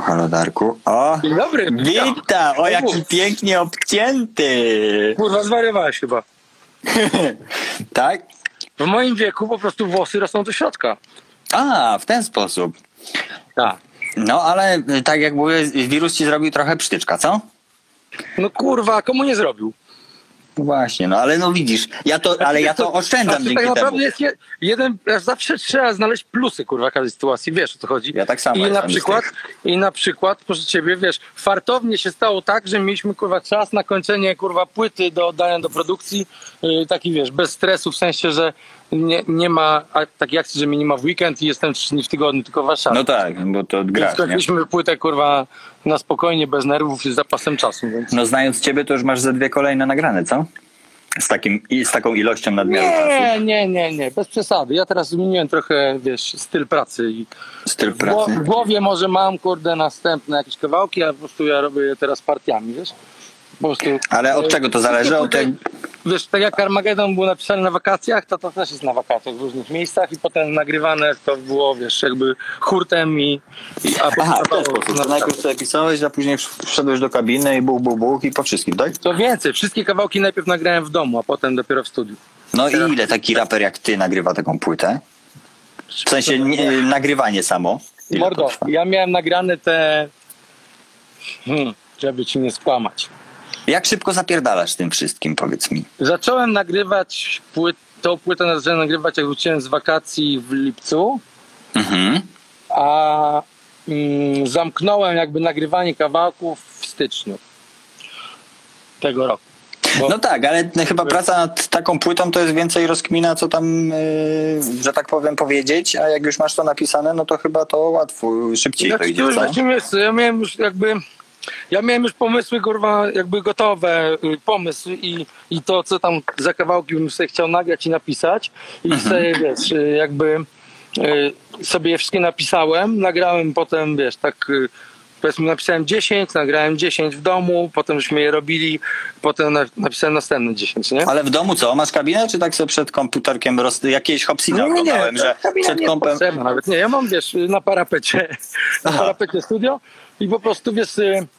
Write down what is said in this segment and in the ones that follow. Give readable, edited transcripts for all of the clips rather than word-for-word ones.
halo Darku. O, Dzień dobry. witam! O, jaki pięknie obcięty! Kurwa, zwariowałeś chyba. Tak? W moim wieku po prostu włosy rosną do środka. A, w ten sposób. Tak. No, ale tak jak mówię, wirus ci zrobił trochę psztyczka, co? No kurwa, komu nie zrobił? Właśnie, no ale no widzisz, ja to oszczędzam dzięki tak temu. naprawdę jest zawsze trzeba znaleźć plusy, kurwa, każdej sytuacji, wiesz o co chodzi. Ja tak samo I na przykład, proszę ciebie, wiesz, fartownie się stało tak, że mieliśmy, kurwa, czas na kończenie, kurwa, płyty do oddania do produkcji, taki, wiesz, bez stresu, w sensie, że nie ma takiej akcji, że mnie nie ma w weekend i jestem 3 dni w tygodniu, tylko w Warszawie. No tak, bo to gra. Skończyliśmy płytę, kurwa, na spokojnie, bez nerwów i z zapasem czasu, więc... No znając ciebie, to już masz ze 2 kolejne nagrane, co? Z taką ilością nadmiaru czasu. Nie, bez przesady. Ja teraz zmieniłem trochę, wiesz, styl pracy. Styl pracy. W głowie może mam, kurde, następne jakieś kawałki, a po prostu ja robię je teraz partiami, wiesz? Po prostu, Ale od czego to zależy? Od tego... Wiesz, tak jak Armageddon był napisany na wakacjach, to też jest na wakacjach w różnych miejscach i potem nagrywane to było, wiesz, jakby hurtem Aha, w ten sposób. Najpierw sobie pisałeś, a później wszedłeś do kabiny i buch i po wszystkim, tak? Co więcej, wszystkie kawałki najpierw nagrałem w domu, a potem dopiero w studiu. No i ile taki raper jak ty nagrywa taką płytę? W sensie nagrywanie samo. Ile Mordo, to trwa? ja miałem nagrane te... żeby ci nie skłamać. Jak szybko zapierdalasz tym wszystkim, powiedz mi? Zacząłem nagrywać tą płytę zacząłem nagrywać, jak wróciłem z wakacji w lipcu, a zamknąłem jakby nagrywanie kawałków w styczniu tego roku. No tak, ale chyba praca nad taką płytą to jest więcej rozkmina, co tam, że tak powiem, powiedzieć, a jak już masz to napisane, no to chyba to łatwo, szybciej to idzie, co? Ja miałem już pomysły, kurwa, jakby gotowe, pomysł i to, co tam za kawałki bym sobie chciał nagrać i napisać. I sobie, wiesz, jakby sobie je wszystkie napisałem, nagrałem potem, wiesz, tak powiedzmy napisałem 10, nagrałem 10 w domu, potem żeśmy je robili, potem napisałem następne 10, nie? Ale w domu co? Masz kabinę, czy tak sobie przed komputerkiem jakieś hopsina oglądałem, że przed kompem... Nawet nie, ja mam, wiesz, na parapecie studio i po prostu, wiesz,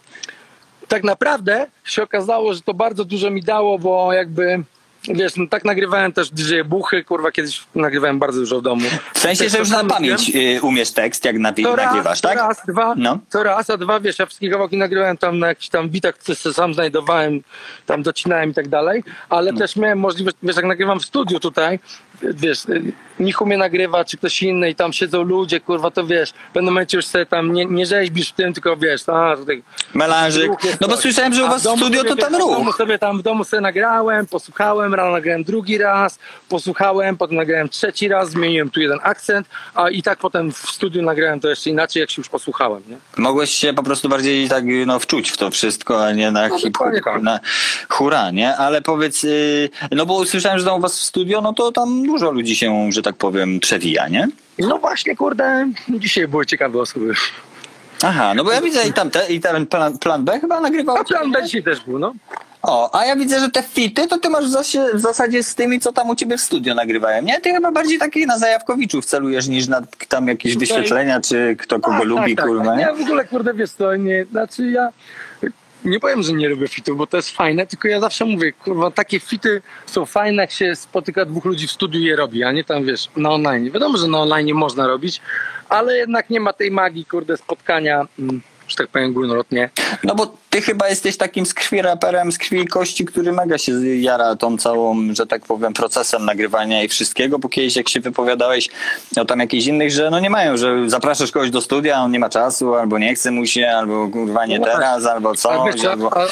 tak naprawdę się okazało, że to bardzo dużo mi dało, bo jakby, wiesz, no tak nagrywałem też DJ Buchy, kurwa, kiedyś nagrywałem bardzo dużo w domu. W sensie, że już na pamięć umiesz tekst, jak nagrywasz, tak? Co raz, a dwa, wiesz, ja wszystkie kawałki nagrywałem tam na jakichś tam bitach, które sam znajdowałem, tam docinałem i tak dalej, ale też miałem możliwość, wiesz, jak nagrywam w studiu tutaj, wiesz, Michu mnie nagrywa, czy ktoś inny i tam siedzą ludzie, kurwa, to wiesz, w pewnym momencie już sobie tam nie rzeźbisz w tym, tylko wiesz, tutaj... Melanżyk. No bo słyszałem, że u was w studio to tam ruch. W domu sobie nagrałem, posłuchałem, rano nagrałem drugi raz, posłuchałem, potem nagrałem trzeci raz, zmieniłem tu jeden akcent, a i tak potem w studiu nagrałem to jeszcze inaczej, jak się już posłuchałem, nie? Mogłeś się po prostu bardziej tak, no, wczuć w to wszystko, a nie na hip-hop, na hura, nie? Ale powiedz, no bo usłyszałem, że tam u was w studio, no to tam dużo ludzi się, że tak powiem, przewija, nie? No właśnie, kurde, dzisiaj były ciekawe osoby. Aha, no bo ja widzę i ten plan B chyba nagrywał. A plan B dzisiaj też był, no. O, a ja widzę, że te fity to ty masz w zasadzie z tymi, co tam u ciebie w studio nagrywają, nie? Ty chyba bardziej taki na Zajawkowiczów celujesz niż na tam jakieś wyświetlenia, czy kto kogo lubi, kurwa, nie? Ja w ogóle, kurde, wiesz co, ja nie powiem, że nie lubię fitów, bo to jest fajne, tylko ja zawsze mówię, kurwa, takie fity są fajne, jak się spotyka 2 ludzi w studiu i je robi, a nie tam, wiesz, na online. Wiadomo, że na online można robić, ale jednak nie ma tej magii, kurde, spotkania, że tak powiem, górnolotnie. No bo ty chyba jesteś takim z krwi raperem, z krwi i kości, który mega się jara tą całą, że tak powiem, procesem nagrywania i wszystkiego, bo kiedyś jak się wypowiadałeś o tam jakichś innych, że no nie mają, że zapraszasz kogoś do studia, on nie ma czasu, albo nie chce mu się, albo kurwa nie teraz, albo coś.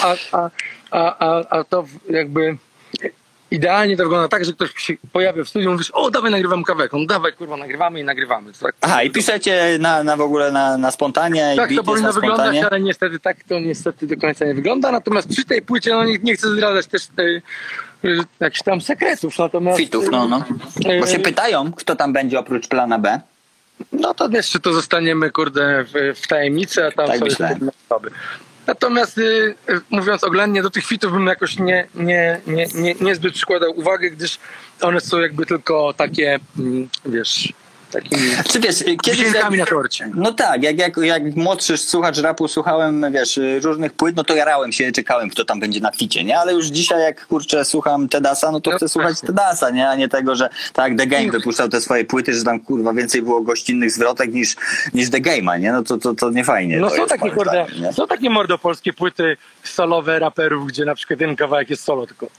A to jakby... Idealnie to wygląda tak, że ktoś się pojawia w studiu i mówisz, o dawaj nagrywam kawałek, no dawaj kurwa nagrywamy. Tak, aha, i piszecie w ogóle na spontanie. Tak, i to powinno wyglądać, ale niestety tak to do końca nie wygląda. Natomiast przy tej płycie, no nie chcę zdradzać też jakichś tam sekretów. Natomiast, fitów, no. Bo się pytają, kto tam będzie oprócz plana B. No to jeszcze to zostaniemy, kurde, w tajemnicy, a tam tak są osoby. Natomiast mówiąc oględnie, do tych fitów bym jakoś niezbyt przykładał uwagę, gdyż one są jakby tylko takie, wiesz, takimi Czy wiesz, kiedyś wisienками na torcie. no tak, jak młodszy słuchacz rapu słuchałem, wiesz, różnych płyt, no to jarałem się, czekałem, kto tam będzie na ficie, nie? Ale już dzisiaj jak, kurczę, słucham Tedasa, no to chcę słuchać Tedasa, nie? A nie tego, że tak, The Game wypuszczał te swoje płyty, że tam, kurwa, więcej było gościnnych zwrotek niż The Game'a, nie? No to nie fajnie. No to są jest, takie, moim kurde, zdaniem, nie? są takie mordopolskie płyty solowe raperów, gdzie na przykład jeden kawałek jest solo tylko.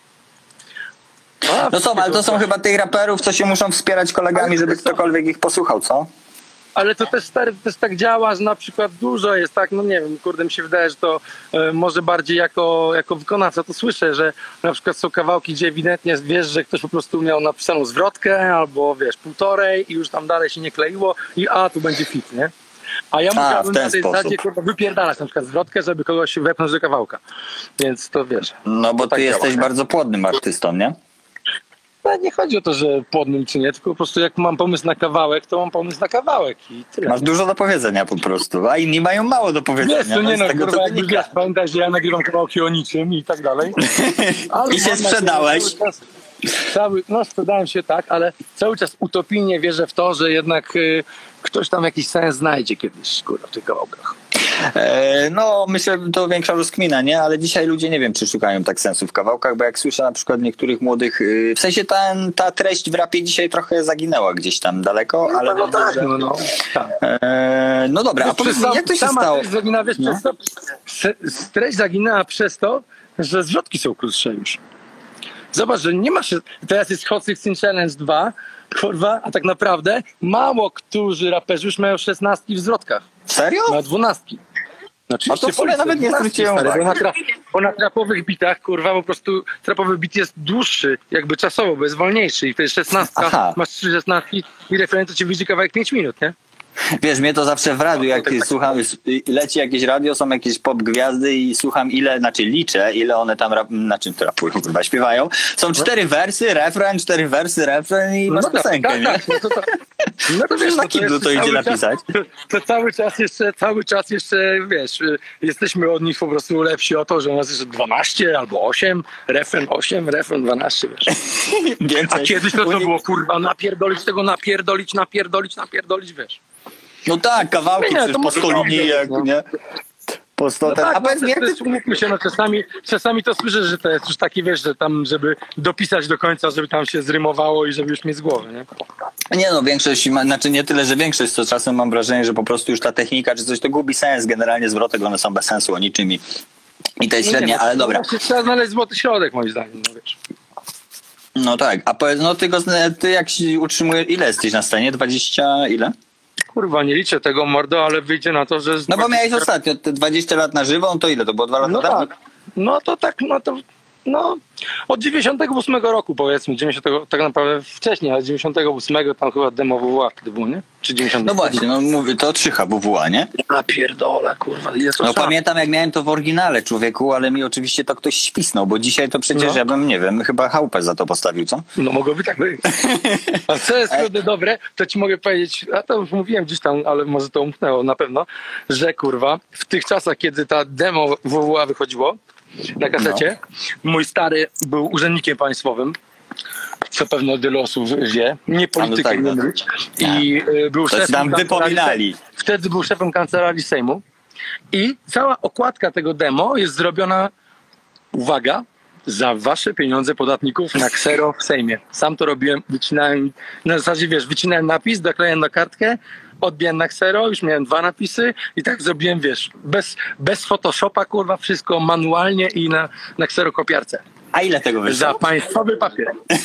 No są, ale to są chyba tych raperów, co się muszą wspierać kolegami, żeby ktokolwiek ich posłuchał, co? Ale to też, stary, to też tak działa, że na przykład dużo jest tak, no nie wiem, kurde, mi się wydaje, że to może bardziej jako wykonawca to słyszę, że na przykład są kawałki, gdzie ewidentnie wiesz, że ktoś po prostu miał napisaną zwrotkę albo wiesz, półtorej i już tam dalej się nie kleiło i tu będzie fit, nie? A ja musiałbym w ten na tej sposób. zasadzie kurwa, wypierdalać na przykład zwrotkę, żeby kogoś wepchnąć do kawałka. Więc to wiesz. No bo to tak ty jesteś działa. bardzo płodnym artystą, nie? No, nie chodzi o to, że płodnym czy nie, tylko po prostu jak mam pomysł na kawałek, to mam pomysł na kawałek i tyle. Masz dużo do powiedzenia po prostu, a inni mają mało do powiedzenia. Jest, to nie z no, tego kurwa, to jakby wynika. wiesz, pamiętaj, że ja nagrywam kawałki o niczym i tak dalej. Ale I się mam nadzieję, sprzedałeś. że sprzedałem się tak, ale cały czas utopijnie wierzę w to, że jednak ktoś tam jakiś sens znajdzie kiedyś, kurwa, w tych kawałkach. No, myślę, że to większa rozkmina, nie? Ale dzisiaj ludzie nie wiem, czy szukają tak sensu w kawałkach, bo jak słyszę na przykład niektórych młodych, w sensie ta treść w rapie dzisiaj trochę zaginęła gdzieś tam daleko, ale... No tak, no. Tak. No dobra, a powiedz mi, jak to się stało? Treść zaginęła, wiesz, No. przez to, treść zaginęła przez to, że zwrotki są krótsze już. Zobacz, że nie ma się, teraz jest Hot 16 Challenge 2, kurwa, a tak naprawdę mało którzy raperzy już mają 16 w zwrotkach, Serio? mają 12. No, A to w sumie nawet nie zwróciłem uwagi. Bo na trapowych bitach, kurwa, po prostu trapowy bit jest dłuższy, jakby czasowo, bo jest wolniejszy i to jest 16, Aha. masz 3 16 i referent to ci wyjdzie kawałek 5 minut, nie? Wiesz, mnie to zawsze w radiu, jak słucham, leci jakieś radio, są jakieś pop gwiazdy i słucham liczę, ile one tam, rapują, chyba śpiewają. Są 4 wersy, refren, 4 wersy, refren i masz piosenkę, nie? Tak, no to wiesz, na kiblu to idzie napisać. To cały czas jeszcze, wiesz, jesteśmy od nich po prostu lepsi o to, że u nas jest 12 albo 8, refren 12, wiesz. Więcej. A kiedyś to było, kurwa, napierdolić tego, napierdolić, wiesz. No tak, kawałki Nie, to przecież po może 100 linii, dobrze, jak, no. nie? Po 100 Tak, a powiedz mi, jak ty... umówmy się, no czasami to słyszę, że to jest już taki, wiesz, że tam, żeby dopisać do końca, żeby tam się zrymowało i żeby już mieć z głowy, nie? Nie no, większość, znaczy nie tyle, że większość, co czasem mam wrażenie, że po prostu już ta technika czy coś to gubi sens, generalnie zwrotek, one są bez sensu o niczym i to jest średnie, ale dobra. Trzeba znaleźć złoty środek, moim zdaniem, no wiesz. No tak, a powiedz, no ty jak się utrzymujesz, ile jesteś na scenie? 20 ile? Kurwa, nie liczę tego, mordo, ale wyjdzie na to, że... No bo miałeś ostatnio te 20 lat na żywo, to ile? To było 2 lata No temu? tak. No od 98 roku powiedzmy, 90, tak naprawdę wcześniej, ale 98 tam chyba demo WWA wtedy było, nie? Czy 90? No właśnie, no mówię, to 3 WWA, nie? Ja pierdolę, kurwa, ile to No trzeba? pamiętam jak miałem to w oryginale, człowieku, ale mi oczywiście to ktoś świsnął, bo dzisiaj to przecież No. ja bym, nie wiem, chyba chałupę za to postawił, co? No mogłoby tak być. A co jest kurde dobre, to ci mogę powiedzieć, a to już mówiłem gdzieś tam, ale może to umknęło na pewno, że kurwa, w tych czasach, kiedy ta demo WWA wychodziło na kasecie, mój stary był urzędnikiem państwowym, co pewno wiele osób wie, nie politykiem, no tak, nie no. być. I był To ci szefem nam wypominali. Wtedy był szefem kancelarii Sejmu i cała okładka tego demo jest zrobiona, uwaga, za wasze pieniądze podatników na ksero w Sejmie. Sam to robiłem, wycinałem, na zasadzie wiesz, wycinałem napis, doklejałem na kartkę, odbijałem na ksero, już miałem 2 napisy i tak zrobiłem, wiesz, bez Photoshopa, kurwa, wszystko manualnie i na kserokopiarce. A ile tego wyszło? Za państwowy papier.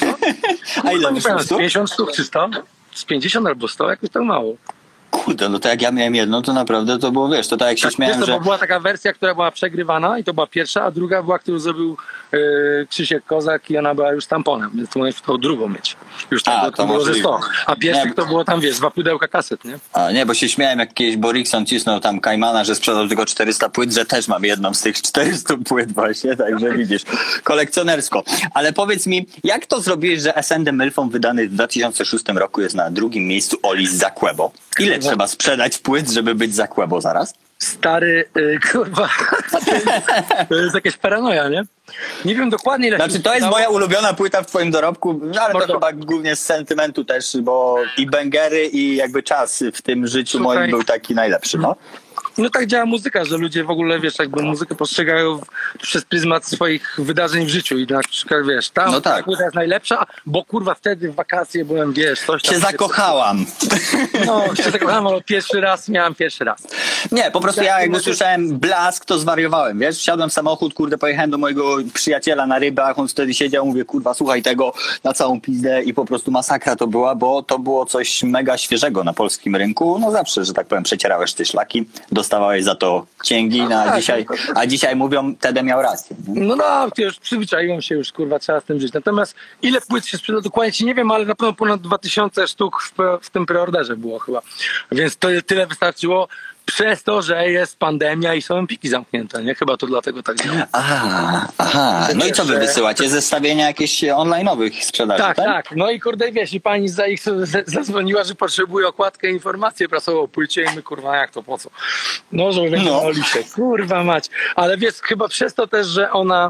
A ile Nie wyszło? pamiętam, z 50 sztuk czy 100? Z 50 albo 100, jakoś tak mało. Kurde, no to jak ja miałem jedno, to naprawdę to było, wiesz, to tak jak się Tak, śmiałem, wiesz, że... bo była taka wersja, która była przegrywana i to była pierwsza, a druga była, którą zrobił Krzysiek Kozak i ona była już tamponem, więc to możesz tą drugą mieć. Już A, tam to było ze możliwe. 100. A pierwszy Nie. to było tam, wiesz, 2 pudełka kaset, nie? A nie, bo się śmiałem, jak kiedyś Borikson cisnął tam Kajmana, że sprzedał tylko 400 płyt, że też mam jedną z tych 400 płyt właśnie, także widzisz, kolekcjonersko. Ale powiedz mi, jak to zrobiłeś, że SND Mylfon wydany w 2006 roku jest na 2. miejscu Oli z Zakłebo? Ile trzeba sprzedać płyt, żeby być Zakłebo zaraz? Stary, kurwa, to jest jakaś paranoja, nie? Nie wiem dokładnie ile Znaczy, się to jest sprzedało. moja ulubiona płyta w twoim dorobku, no ale to Mordo. chyba głównie z sentymentu też, bo i bęgery, i jakby czas w tym życiu Słuchaj. moim był taki najlepszy, no. No tak działa muzyka, że ludzie w ogóle, wiesz, jakby muzykę postrzegają przez pryzmat swoich wydarzeń w życiu i na przykład, wiesz, tam No tak. płyta jest najlepsza, bo kurwa wtedy w wakacje byłem, wiesz, coś tam. Się zakochałam. No, się zakochałem, ale miałem pierwszy raz. Nie, po prostu ja jak usłyszałem blask, to zwariowałem, wiesz? Wsiadłem w samochód, kurde, pojechałem do mojego przyjaciela na rybach, on wtedy siedział, mówię, kurwa, słuchaj tego na całą pizdę i po prostu masakra to była, bo to było coś mega świeżego na polskim rynku. No zawsze, że tak powiem, przecierałeś te szlaki, dostawałeś za to cięgi, no, tak. a dzisiaj mówią, Tede miał rację. Nie? No, to już przyzwyczaiłem się już, kurwa, trzeba z tym żyć. Natomiast ile płyt się sprzeda, dokładnie ci nie wiem, ale na pewno ponad 2000 sztuk w tym preorderze było chyba. Więc to tyle wystarczyło przez to, że jest pandemia i są empiki zamknięte, nie? Chyba to dlatego tak działa. Aha. No i co wy wysyłacie? Zestawienia jakieś online'owych sprzedaży, Tak, tak. No i kurde, wiesz, i pani za ich zadzwoniła, że potrzebuje okładkę, informację prasową o płycie i my, kurwa, jak to, po co? No, żeby wędrowali się, kurwa mać. Ale wiesz, chyba przez to też, że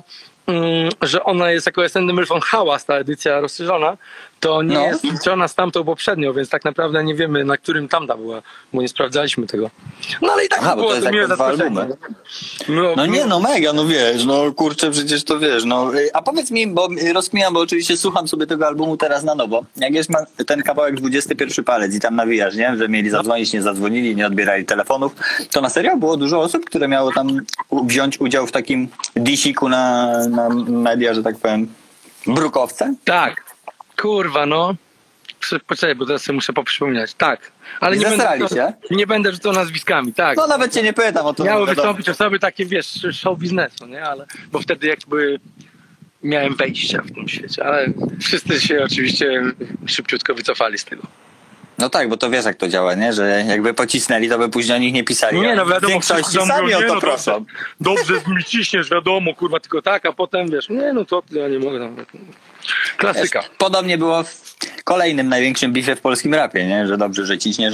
ona jest jako SND Mylfon Hałas, ta edycja rozszerzona, to nie jest liczona z tamtą poprzednią, więc tak naprawdę nie wiemy, na którym tamta była, bo nie sprawdzaliśmy tego. No ale i tak Aha, bo było to jest miłe jakby dwa zaskoczenie. albumy. No nie, no mega, no wiesz, no kurczę, przecież to wiesz, no. A powiedz mi, bo rozkminiam, bo oczywiście słucham sobie tego albumu teraz na nowo. Jak jest ten kawałek 21 palec i tam nawijasz, nie? Że mieli zadzwonić, nie zadzwonili, nie odbierali telefonów, to na serio było dużo osób, które miało tam wziąć udział w takim disiku na media, że tak powiem, brukowce? Tak, kurwa, no. Poczekaj, bo teraz sobie muszę poprzypominać. Tak, ale nie będę rzucał nazwiskami, tak. No nawet cię nie pytam o to. Miały wystąpić osoby takie, wiesz, show biznesu, nie? Ale, bo wtedy jakby miałem wejścia w tym świecie, ale wszyscy się oczywiście szybciutko wycofali z tego. No tak, bo to wiesz jak to działa, nie? Że jakby pocisnęli, to by później o nich nie pisali. Nie, no wiadomo, większości sami o to proszą. Dobrze z nimi ciśniesz, wiadomo, kurwa, tylko tak, a potem wiesz, nie, no to ja nie mogę tam. Klasyka. Wiesz, podobnie było w kolejnym największym bifie w polskim rapie, nie? Że dobrze, że ciśniesz,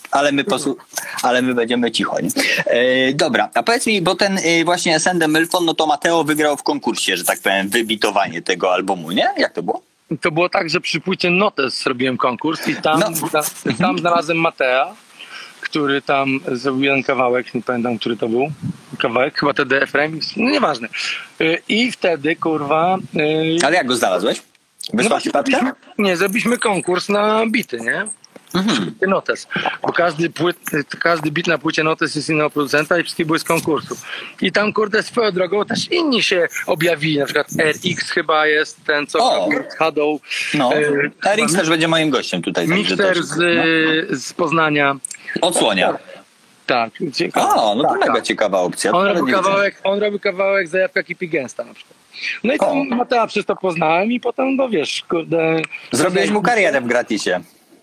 ale my będziemy cicho, nie? Dobra, a powiedz mi, bo ten właśnie SND Mylfon, no to Mateo wygrał w konkursie, że tak powiem, wybitowanie tego albumu, nie? Jak to było? To było tak, że przy płycie Notes zrobiłem konkurs i tam znalazłem Matea, który tam zrobił jeden kawałek, nie pamiętam, który to był kawałek, chyba TDF Remix, no nieważne. I wtedy, kurwa... Ale jak go znalazłeś? Wyszła przypadkiem? Nie, zrobiliśmy konkurs na bity, nie? Notes, bo każdy bit na płycie Notes jest innego producenta i wszystkie były z konkursu. I tam, kurde, swoją drogą też inni się objawili, na przykład RX chyba jest ten, co Shadow. No, RX też będzie moim gościem tutaj. Mixer z Poznania. Odsłonia. Tak. O, no to mega ciekawa opcja. On robił kawałek Zajawka Kipi Gęsta na przykład. No i tam Matea przez to poznałem i potem, no wiesz, kurde... Zrobiłeś mu karierę w gratisie.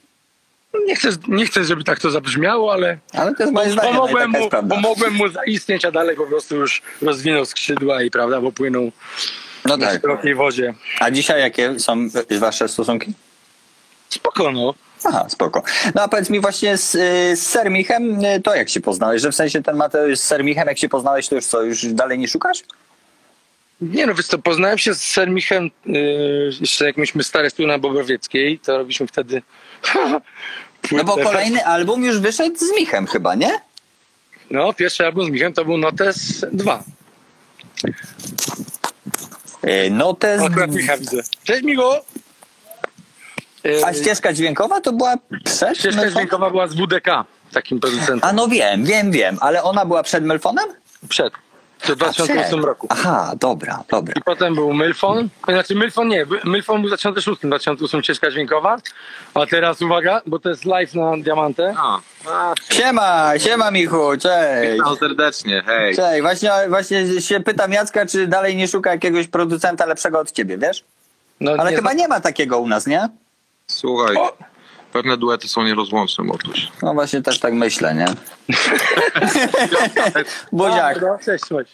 Nie chcę, żeby tak to zabrzmiało, ale to jest moje zdanie, pomogłem mu zaistnieć, a dalej po prostu już rozwinął skrzydła i prawda, bo płynął na szerokiej wodzie. A dzisiaj jakie są wasze stosunki? Spoko, no. Aha, spoko. No a powiedz mi właśnie z Sermichem, to jak się poznałeś? Że w sensie ten Mateusz z Sermichem, jak się poznałeś, to już co, już dalej nie szukasz? Nie no, wiesz co, poznałem się z Sermichem jeszcze jak myśmy stare stół na Bogowieckiej, to robiliśmy wtedy... No bo kolejny album już wyszedł z Michem chyba, nie? No, pierwszy album z Michem to był Notes 2. Notes... Akurat Micha widzę. Cześć, Migo! A ścieżka dźwiękowa to była przed? Ścieżka dźwiękowa była z WDK, takim producentem. A no wiem, ale ona była przed Mylfonem? Przed. W 2008 roku. Aha, dobra. I potem był Mylfon. Znaczy Mylfon nie, Mylfon był w 2008 ścieżka dźwiękowa. A teraz uwaga, bo to jest live na Diamantę. Siema Michu, cześć. Witam serdecznie, hej. Cześć, właśnie się pytam Jacka, czy dalej nie szuka jakiegoś producenta lepszego od ciebie, wiesz? No, ale chyba nie ma takiego u nas, nie? Słuchaj, pewne duety są nierozłączne, Mortuś. No właśnie też tak myślę, nie? Buziak. Cześć, słuchaj.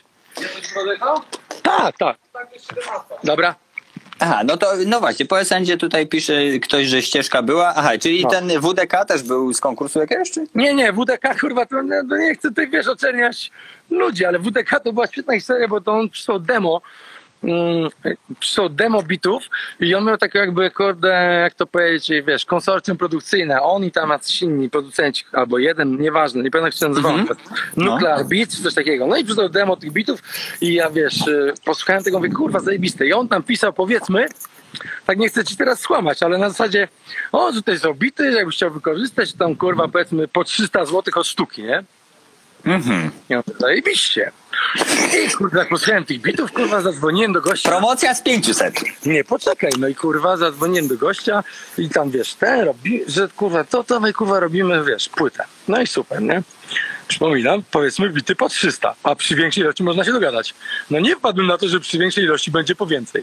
Tak. Dobra. Aha, no właśnie, po SN-dzie tutaj pisze ktoś, że ścieżka była. Aha, czyli ten WDK też był z konkursu jakiegoś, czy? Nie, WDK, kurwa, to nie chcę tutaj, wiesz, oceniać ludzi, ale WDK to była świetna historia, bo to on przysłał demo są demo bitów i on miał takie jakby, kurde, jak to powiedzieć, wiesz, konsorcjum produkcyjne, on i tam jacyś inni producenci, albo jeden, nieważne, nie pamiętam jak się nazywał, Nuclear Beats, coś takiego. No i przysłał demo tych bitów i ja, wiesz, posłuchałem tego, mówię, kurwa, zajebiste. I on tam pisał, powiedzmy, tak nie chcę ci teraz skłamać, ale na zasadzie, o, że tutaj są bity, jakbyś chciał wykorzystać, tam, kurwa, powiedzmy, po 300 zł od sztuki, nie? I on zajebiście. I kurwa, posłuchałem tych bitów, kurwa, zadzwoniłem do gościa. Promocja z 500. Nie, poczekaj, no i kurwa, zadzwoniłem do gościa i tam, wiesz, ten robi, że kurwa, to dawaj, kurwa, robimy, wiesz, płytę. No i super, nie? Przypominam, powiedzmy bity po 300, a przy większej ilości można się dogadać. No nie wpadłem na to, że przy większej ilości będzie po więcej.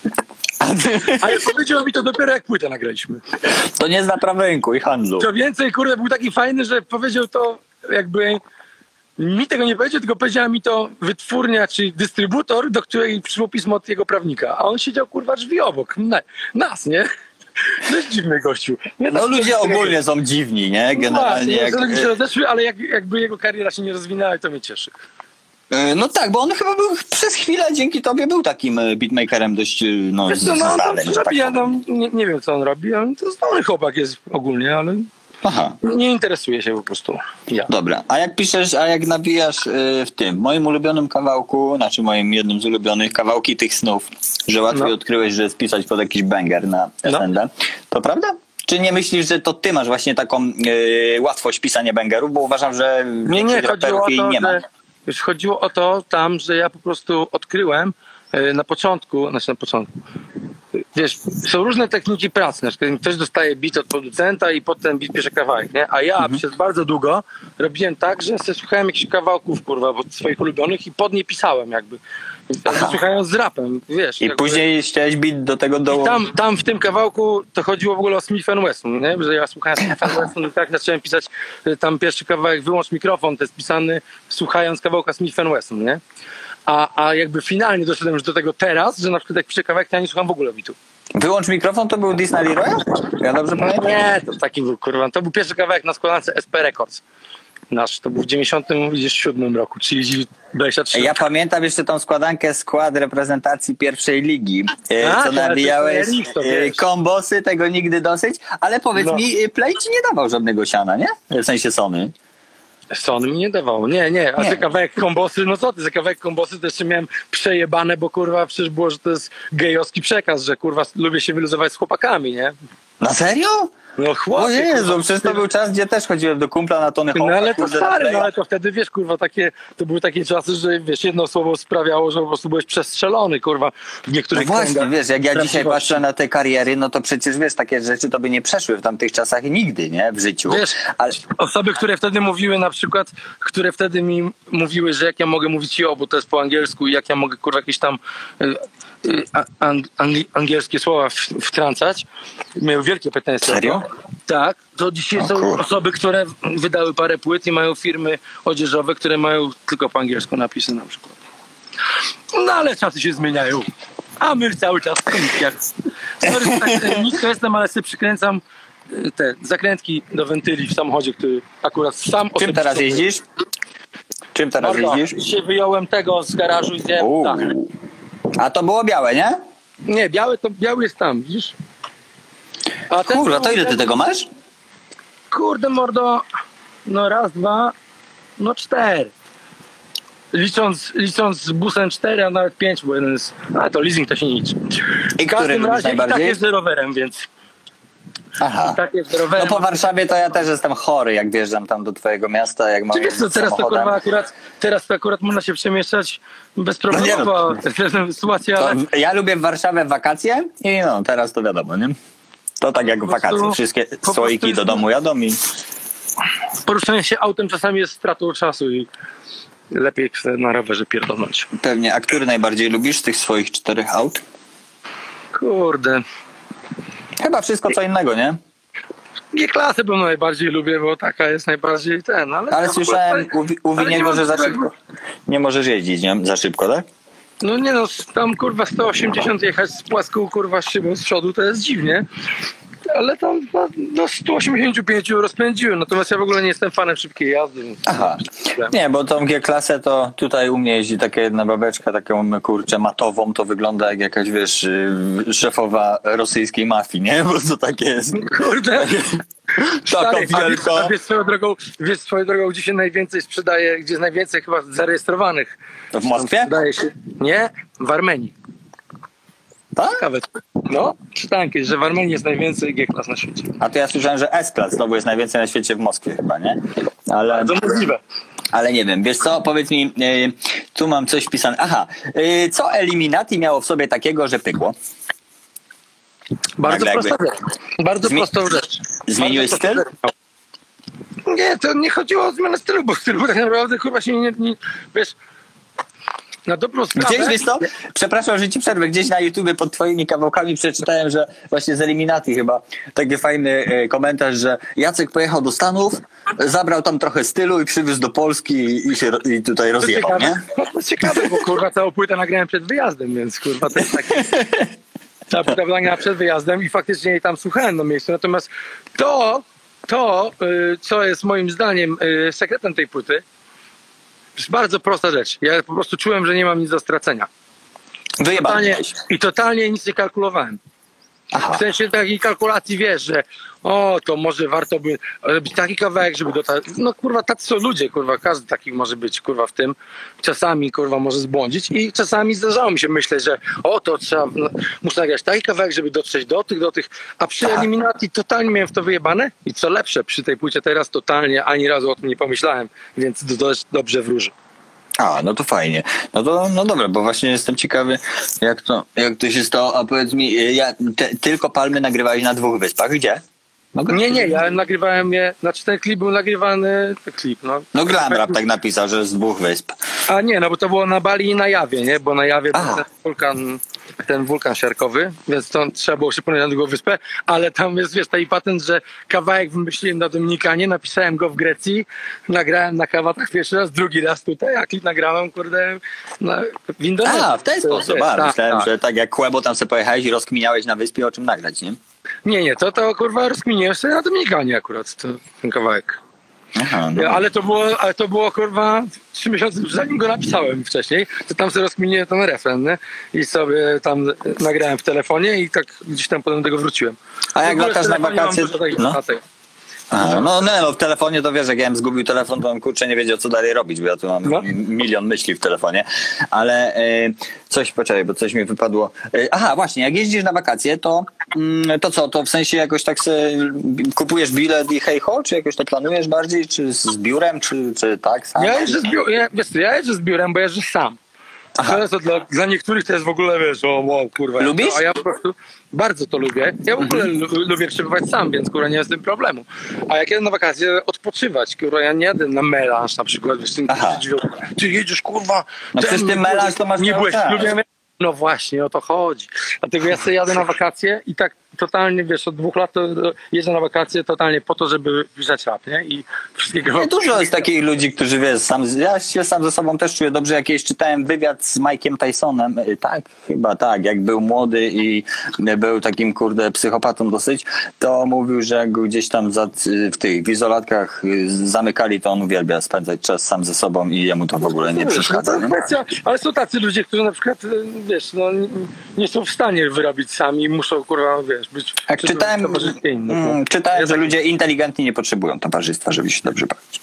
Ale powiedział mi to dopiero jak płytę nagraliśmy. To nie zna praw rynku i handlu. Co więcej, kurde, był taki fajny, że powiedział to jakby... Mi tego nie powiedział, tylko powiedziała mi to wytwórnia, czy dystrybutor, do której przyszło pismo od jego prawnika. A on siedział, kurwa, drzwi obok. Nas, nie? To jest dziwny gościu. No ludzie ogólnie są dziwni, nie? Generalnie jak... się rozeszły, ale jakby jego kariera się nie rozwinęła, to mnie cieszy. No tak, bo on chyba był przez chwilę, dzięki tobie był takim beatmakerem dość, no, Wiesz co, znanym, że tak ja powiem. nie wiem, co on robi, ale to zdolny chłopak jest ogólnie, ale Aha. nie interesuje się po prostu. Ja. Dobra, a jak piszesz, a jak nawijasz w tym, moim ulubionym kawałku, znaczy moim jednym z ulubionych, kawałki tych snów, że łatwiej odkryłeś, że spisać pod jakiś banger na SND, to prawda? Czy nie myślisz, że to ty masz właśnie taką łatwość pisania bangerów, bo uważam, że Nie, chodziło o jej to, nie ma. że już chodziło o to tam, że ja po prostu odkryłem na początku, wiesz, są różne techniki pracy. Na przykład ktoś dostaje beat od producenta i potem beat pisze kawałek, nie? A ja przez bardzo długo robiłem tak, że sobie słuchałem jakichś kawałków, kurwa, swoich ulubionych i pod nie pisałem jakby. Słuchając z rapem, wiesz. I później chciałeś beat do tego dołożyć. Tam w tym kawałku to chodziło w ogóle o Smith & Wesson, nie? Że ja słuchałem Smith & Wesson i tak zacząłem pisać tam pierwszy kawałek Wyłącz mikrofon, to jest pisany słuchając kawałka Smith & Wesson, nie? A jakby finalnie doszedłem już do tego teraz, że na przykład jak piszę kawałek, to ja nie słucham w ogóle bitu. Wyłącz mikrofon, to był Disney Leroy? Ja dobrze pamiętam? Nie, to taki był, kurwa. To był pierwszy kawałek na składance SP Records. Nasz, to był w 97 roku, czyli 23. Ja pamiętam jeszcze tą składankę skład reprezentacji pierwszej ligi, co nawijałeś kombosy, tego nigdy dosyć, ale powiedz mi, Play ci nie dawał żadnego siana, nie? W sensie Sony. Sony mi nie dawało. Nie. A za kawałek kombosy, no co ty, za kawałek kombosy to jeszcze miałem przejebane, bo kurwa przecież było, że to jest gejowski przekaz, że kurwa lubię się wyluzować z chłopakami, nie? Na serio? No chłopie. O Jezu, przecież to był czas, gdzie też chodziłem do kumpla na Tony Hawk'a. No ale to stary, no ale to wtedy wiesz, kurwa, to były takie czasy, że wiesz, jedno słowo sprawiało, że po prostu byłeś przestrzelony, kurwa, w niektórych No właśnie, kręgach. wiesz, jak ja dzisiaj patrzę na te kariery, no to przecież wiesz, takie rzeczy to by nie przeszły w tamtych czasach nigdy, nie? W życiu. Wiesz, osoby, które wtedy mówiły na przykład, które wtedy mi mówiły, że jak ja mogę mówić jo, bo to jest po angielsku i jak ja mogę, kurwa, jakieś tam angielskie słowa wtrącać, miały wielkie pretensje. Serio? Tak, to dzisiaj są osoby, które wydały parę płyt i mają firmy odzieżowe, które mają tylko po angielsku napisy na przykład. No ale czasy się zmieniają, a my cały czas w komikach. Sorry, że tak nisko jestem, ale sobie przykręcam te zakrętki do wentyli w samochodzie, który akurat sam... Czym teraz jeździsz? Czym teraz jeździsz? Dzisiaj wyjąłem tego z garażu i zjadłem dach. A to było białe, nie? Nie, biały jest tam, widzisz? A ten Kurwa, to ile ty tego masz? Kurde mordo, no raz, dwa, no 4. Licząc z busem 4, a nawet 5, bo jeden jest... A to leasing to się nie liczy. I W każdym który razie najbardziej? i tak jest z rowerem, więc... Aha. I tak jest z rowerem. No po Warszawie to ja też jestem chory, jak wjeżdżam tam do twojego miasta, jak mam Wiesz co, teraz to akurat można się przemieszczać bez problemu, bo sytuacja... To ja lubię w Warszawie wakacje i no teraz to wiadomo, nie? To tak jak wakacje, wszystkie słoiki do domu jadą i... Poruszanie się autem czasami jest stratą czasu i lepiej na rowerze pierdolnąć. Pewnie, a który najbardziej lubisz z tych swoich 4 aut? Kurde. Chyba wszystko co innego, nie? G-klasę bym najbardziej lubię, bo taka jest najbardziej ten, ale słyszałem u Winiego, że za szybko. Nie możesz jeździć, nie? Za szybko, tak? No nie no, tam kurwa 180 jechać z płaską kurwa szybą z przodu to jest dziwnie. ale tam do 185 rozpędziłem, natomiast ja w ogóle nie jestem fanem szybkiej jazdy. Więc Aha. Nie, bo tą G-klasę to tutaj u mnie jeździ taka jedna babeczka, taką kurczę matową, to wygląda jak jakaś, wiesz, szefowa rosyjskiej mafii, nie? Bo to takie jest. Kurde. Taka Stary, wielka. a wiesz swoją drogą, gdzie się najwięcej sprzedaje, gdzie jest najwięcej chyba zarejestrowanych? W Moskwie? Sprzedaje się, nie? W Armenii. Tak? Ciekawe. No, czytałem kiedyś, że w Armenii jest najwięcej G-klas na świecie. A to ja słyszałem, że S-klas znowu jest najwięcej na świecie w Moskwie chyba, nie? Ale... To możliwe. Ale nie wiem, wiesz co, powiedz mi, tu mam coś wpisane. Aha, co Eliminati miało w sobie takiego, że pykło? Bardzo Nagle prosta rzecz. Bardzo prostą rzecz. Zmieniłeś Bardzo styl? prostą rzecz. Nie, to nie chodziło o zmianę stylu, bo styl tak naprawdę kurwa się nie wiesz, na dobrą sprawę. Gdzieś, wiesz co, przepraszam, że ci przerwę, gdzieś na YouTubie pod twoimi kawałkami przeczytałem, że właśnie z Eliminati chyba taki fajny komentarz, że Jacek pojechał do Stanów, zabrał tam trochę stylu i przywiózł do Polski i tutaj rozjechał, nie? To ciekawe, bo kurwa całą płytę nagrałem przed wyjazdem, więc kurwa to jest takie... Cała płyta nagrałem przed wyjazdem i faktycznie jej tam słuchałem na miejscu, natomiast co jest moim zdaniem sekretem tej płyty, to jest bardzo prosta rzecz. Ja po prostu czułem, że nie mam nic do stracenia. Wyjebany. I totalnie nic nie kalkulowałem. Aha. W sensie takiej kalkulacji, wiesz, że to może warto by robić taki kawałek, żeby dotarć. No kurwa, tacy są ludzie, kurwa, każdy taki może być, kurwa, w tym. Czasami, kurwa, może zbłądzić i czasami zdarzało mi się myśleć, że to trzeba, muszę nagrać taki kawałek, żeby dotrzeć do tych, a przy Eliminacji totalnie miałem w to wyjebane i co lepsze, przy tej płycie teraz totalnie ani razu o tym nie pomyślałem, więc dość dobrze wróży. A, no to fajnie. No dobra, bo właśnie jestem ciekawy, jak to się stało. A powiedz mi, tylko Palmy nagrywałeś na 2 wyspach. Gdzie? Nie, ja nagrywałem je, znaczy ten klip był nagrywany, No Glam Rap tak napisał, że z 2 wysp. A nie, no bo to było na Bali i na Jawie, nie? Bo na Jawie był ten wulkan siarkowy, więc to trzeba było się płynąć na drugą wyspę, ale tam jest, wiesz, taki patent, że kawałek wymyśliłem na Dominikanie, napisałem go w Grecji, nagrałem na Kawatach pierwszy raz, drugi raz tutaj, a klip nagrałem, kurde, w Indonezji. A, w ten sposób. Myślałem, że tak jak Kłębo tam sobie pojechałeś i rozkminiałeś na wyspie, o czym nagrać, nie? Nie, to kurwa rozkminiłem sobie na Dominikanie akurat, ten kawałek. Aha, no. Ale to było kurwa 3 miesiące zanim go napisałem wcześniej, to tam sobie rozkminiłem ten refren, nie? I sobie tam nagrałem w telefonie i tak gdzieś tam potem do tego wróciłem. A jak latasz na wakacje? No. No, w telefonie to wiesz, jak ja bym zgubił telefon, to bym kurczę nie wiedział, co dalej robić, bo ja tu mam milion myśli w telefonie. Ale poczekaj, bo coś mi wypadło. Aha, właśnie, jak jeździsz na wakacje, to co? To w sensie jakoś tak kupujesz bilet i hej ho, czy jakoś to planujesz bardziej, czy z biurem, czy tak sam? Ja jeżdżę z biurem, bo jeżdżę sam. To dla niektórych to jest w ogóle, wiesz, wow, kurwa. Lubisz? A ja po prostu bardzo to lubię. Ja w ogóle lubię przebywać sam, więc kurwa nie jest tym problemu. A jak jedę na wakacje, odpoczywać, kurwa, ja nie jadę na melanż na przykład, wiesz, ty jedziesz, kurwa. No przecież ty melanż to masz nie cały byłeś czas. No właśnie, o to chodzi. Dlatego ja sobie jadę na wakacje i tak totalnie, wiesz, od 2 lat to jeżdżę na wakacje totalnie po to, żeby pisać rap, nie? I wszystkiego... Nie, dużo jest takich ludzi, którzy, wiesz, ja się sam ze sobą też czuję dobrze. Jak kiedyś czytałem wywiad z Mike'iem Tysonem, tak, chyba tak, jak był młody i był takim, kurde, psychopatą dosyć, to mówił, że jak go gdzieś tam w izolatkach zamykali, to on uwielbia spędzać czas sam ze sobą i jemu to w ogóle nie przeszkadza. Nie? Ale są tacy ludzie, którzy na przykład, wiesz, nie są w stanie wyrobić sami, muszą, kurwa, wiesz, być... Jak czytałem, że ludzie inteligentni nie potrzebują towarzystwa, żeby się dobrze bawić.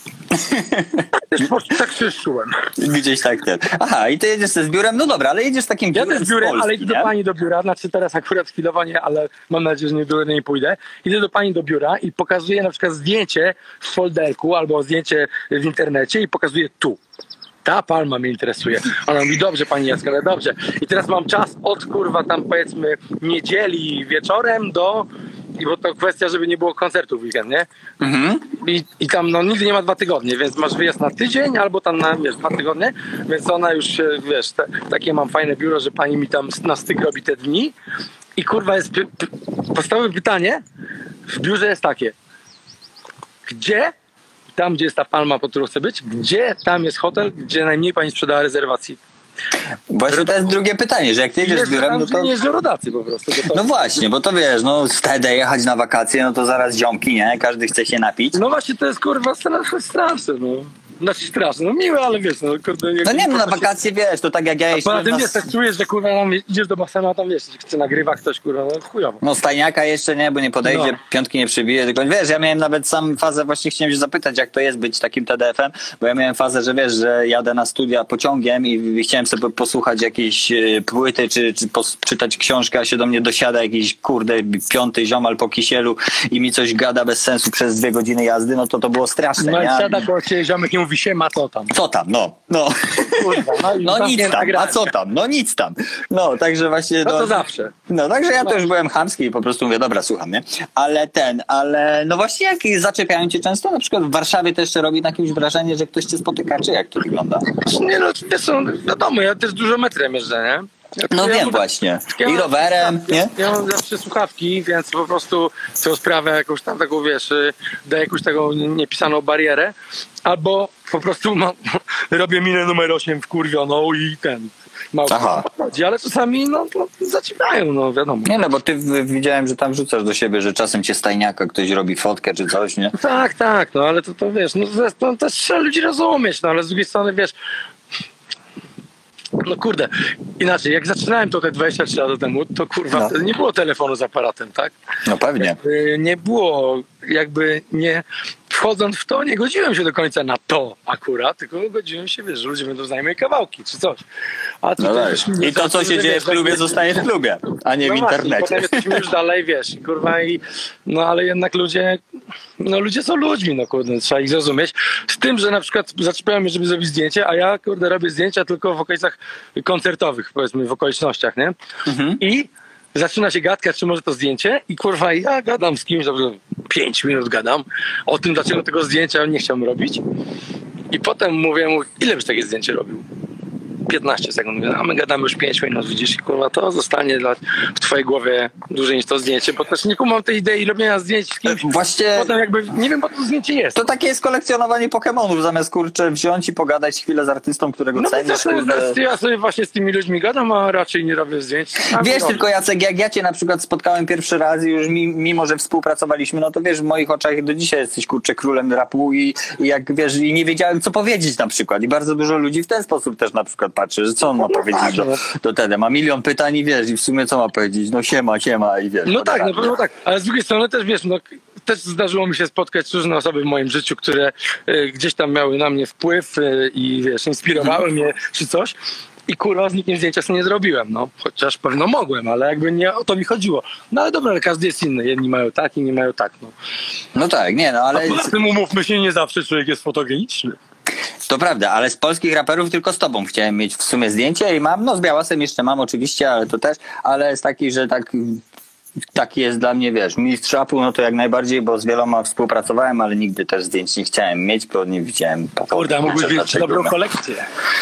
Tak się czułem. Gdzieś tak ten. Aha, i ty jedziesz z biurem, no dobra, ale jedziesz z takim biurem. Jadę z biurem, Polski, ale idę do pani do biura, znaczy teraz akurat chwilowo nie, ale mam nadzieję, że nie pójdę. Idę do pani do biura i pokazuję na przykład zdjęcie w folderku albo zdjęcie w internecie i pokazuję tu. Ta palma mnie interesuje. Ona mówi, dobrze pani Jacka, ale dobrze. I teraz mam czas od kurwa tam powiedzmy niedzieli wieczorem bo to kwestia, żeby nie było koncertu w weekend, nie? Mhm. I tam nigdy nie ma 2 tygodnie, więc masz wyjazd na tydzień albo tam na 2 tygodnie, więc ona już, wiesz, takie mam fajne biuro, że pani mi tam na styk robi te dni i kurwa jest podstawowe pytanie w biurze jest takie, gdzie tam, gdzie jest ta palma, po którą chcę być, gdzie tam jest hotel, gdzie najmniej pani sprzedała rezerwacji? Właśnie to jest drugie pytanie, że jak ty jedziesz z biurem, no to... Nie jeżdżą rodacy po prostu. No właśnie, bo to wiesz, no wtedy jechać na wakacje, no to zaraz ziomki, nie? Każdy chce się napić. No właśnie, to jest kurwa straszne, no. Znaczy straszne, no miłe, ale wiesz, no kurde... No nie, no na wakacje wiesz, to tak jak ja A jeździłem poza tym na... wiesz, tak czujesz, że kurwa tam idziesz do basenu, a tam wiesz, chce nagrywa ktoś, kurwa, no chujowo. No stajniaka jeszcze nie, bo nie podejdzie, No. piątki nie przybije, tylko wiesz, ja miałem nawet sam fazę, właśnie chciałem się zapytać, jak to jest być takim TDF-em, bo ja miałem fazę, że wiesz, że jadę na studia pociągiem i chciałem sobie posłuchać jakiejś płyty, czy czytać książkę, a się do mnie dosiada jakiś, kurde, piąty ziomal po kisielu i mi coś gada bez sensu przez 2 godziny jazdy, no to było straszne, No i nie? siada koło ciebie ziomek i mówi siema, co tam? Co tam, no. Kurwa, i No zamknięta nic tam, a granica. co tam, no nic tam. No, także właśnie... No to zawsze. No, także ja to już byłem chamski i po prostu mówię, dobra, słucham, nie? Ale no właśnie jak zaczepiają cię często, na przykład w Warszawie to jeszcze robi na kimś wrażenie, że ktoś cię spotyka, czy jak to wygląda? Nie no, wiesz co, wiadomo, ja też dużo metrem jeżdżę, nie? No Ja wiem mam- właśnie. ja I mam rowerem, słuchawki, nie? Ja mam zawsze słuchawki, więc po prostu tą sprawę jakąś tam taką, wiesz, daję jakąś taką niepisaną barierę, albo po prostu robię minę numer 8 wkurwioną i mało Aha. chodzi, ale czasami no zaciepiają, no wiadomo. Nie no, bo ty widziałem, że tam wrzucasz do siebie, że czasem cię stajniaka ktoś robi fotkę czy coś, nie? Tak, no ale to wiesz, no to też trzeba ludzi rozumieć, no ale z drugiej strony, wiesz, no kurde, inaczej, jak zaczynałem to te 23 lata temu, to kurwa, No. wtedy nie było telefonu z aparatem, tak? No pewnie. Nie było, jakby nie, wchodząc w to, nie godziłem się do końca na to akurat, tylko godziłem się, wiesz, że ludzie będą znajomych kawałki, czy coś. A tu No tak. też I to, co się dzieje w klubie, zostaje w klubie, a nie w właśnie, internecie. potem jesteśmy już dalej, wiesz, kurwa, no ale jednak ludzie są ludźmi, no kurde, trzeba ich zrozumieć. Z tym, że na przykład zaczepiają mnie, żeby zrobić zdjęcie, a ja, kurde, robię zdjęcia tylko w okolicach koncertowych, powiedzmy, w okolicznościach, nie? I zaczyna się gadka, czy może to zdjęcie i kurwa, ja gadam z kimś, dobrze, 5 minut gadam o tym, dlaczego tego zdjęcia nie chciałem robić. I potem mówię mu, ile byś takie zdjęcie robił? 15 sekund. Mówię, a my gadamy już 5 minut, widzisz, i kurwa, to zostanie w twojej głowie dłużej niż to zdjęcie, bo też nie kumam tej idei robienia zdjęć z kimś. Właśnie Potem jakby, nie wiem, po co to zdjęcie jest. to takie jest kolekcjonowanie Pokemonów, zamiast kurczę wziąć i pogadać chwilę z artystą, którego No cenisz. więc ja sobie właśnie z tymi ludźmi gadam, a raczej nie robię zdjęć. Wiesz, tylko Jacek, jak ja cię na przykład spotkałem pierwszy raz i już mimo, że współpracowaliśmy, no to wiesz, w moich oczach do dzisiaj jesteś kurczę królem rapu i jak wiesz, i nie wiedziałem co powiedzieć na przykład i bardzo dużo ludzi w ten sposób też na przykład patrzy, że co on ma powiedzieć do Tede, ma milion pytań i wiesz, i w sumie co ma powiedzieć, no siema i wiesz. No tak, na pewno tak, ale z drugiej strony też wiesz, no też zdarzyło mi się spotkać różne osoby w moim życiu, które gdzieś tam miały na mnie wpływ i wiesz, inspirowały mnie czy coś. I kurwa, z nikim zdjęcia sobie nie zrobiłem, no. Chociaż pewno mogłem, ale jakby nie o to mi chodziło. No ale dobra, ale każdy jest inny. Jedni mają tak, inni mają tak, no. No tak, nie no, ale... A poza tym umówmy się, nie zawsze człowiek jest fotogeniczny. To prawda, ale z polskich raperów tylko z tobą chciałem mieć w sumie zdjęcie i mam, no z Białasem jeszcze mam oczywiście, ale to też, ale jest taki, że taki jest dla mnie, wiesz, mistrz rapu, no to jak najbardziej, bo z wieloma współpracowałem, ale nigdy też zdjęć nie chciałem mieć, bo nie widziałem... Kurde, a mógłbyś mieć dlaczego, dobrą no. kolekcję.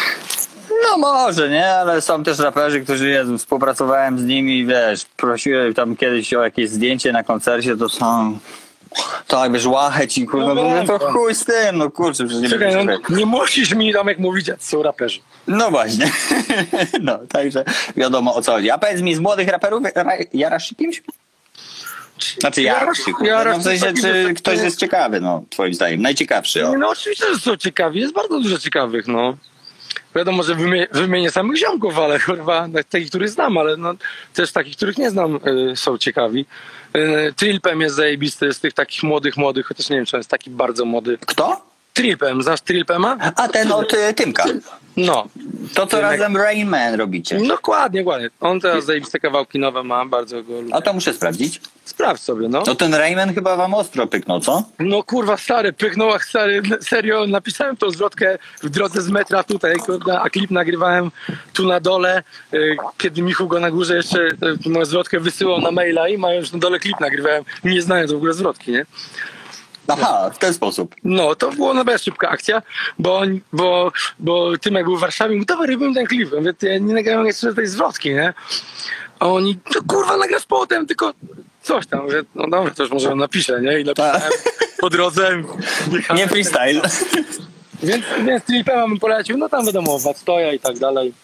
No może, nie? Ale są też raperzy, którzy, Jezu, współpracowałem z nimi, wiesz, prosiłem tam kiedyś o jakieś zdjęcie na koncercie, to są... Tak, wiesz, łacheć i kurwa, No mówię, wiem, to tak. chuj z tym, no kurczę, przecież nie Czekaj, będę no, nie musisz mi tam jak mówić, jak są raperzy. No właśnie. No, także wiadomo o co chodzi. A powiedz mi, z młodych raperów jarasz się kimś? Znaczy jarasz się, jarasz no, w sensie, takim, czy że- ktoś jest ciekawy, no, twoim zdaniem, najciekawszy, o. No oczywiście, że są ciekawi, jest bardzo dużo ciekawych, no. Wiadomo, że wymienię samych ziomków, ale kurwa, takich, których znam, ale no, też takich, których nie znam, są ciekawi. Trilpem jest zajebisty, z tych takich młodych, chociaż nie wiem, czy on jest taki bardzo młody. Kto? Trilpem, znasz Trilpema? A ten od Tymka. No. To, co Tymek. razem Rain Man robicie. Dokładnie. On teraz zajebiste kawałki nowe ma, bardzo go lubię. A to muszę sprawdzić. Sprawdź sobie, no. No ten Rayman chyba wam ostro pyknął, co? No kurwa, stary, pyknął, ach, stary, serio, napisałem tą zwrotkę w drodze z metra tutaj, kurwa, a klip nagrywałem tu na dole, kiedy Michu go na górze jeszcze moją zwrotkę wysyłał na maila i mają już na dole klip nagrywałem, nie znając w ogóle zwrotki, nie? Aha, w ten sposób. No, to była naprawdę szybka akcja, bo Tymek był w Warszawie i mówił, dawaj, robimy ten klip. Ja mówię, ja nie nagrałem jeszcze tej zwrotki, nie? A oni, to kurwa, nagrasz potem, tylko coś tam. Mówię, no dobra, to już może napiszę, nie? I napisałem po drodze. Nie freestyle. Więc Tripema bym polecił, no tam wiadomo, Wadstoja i tak dalej.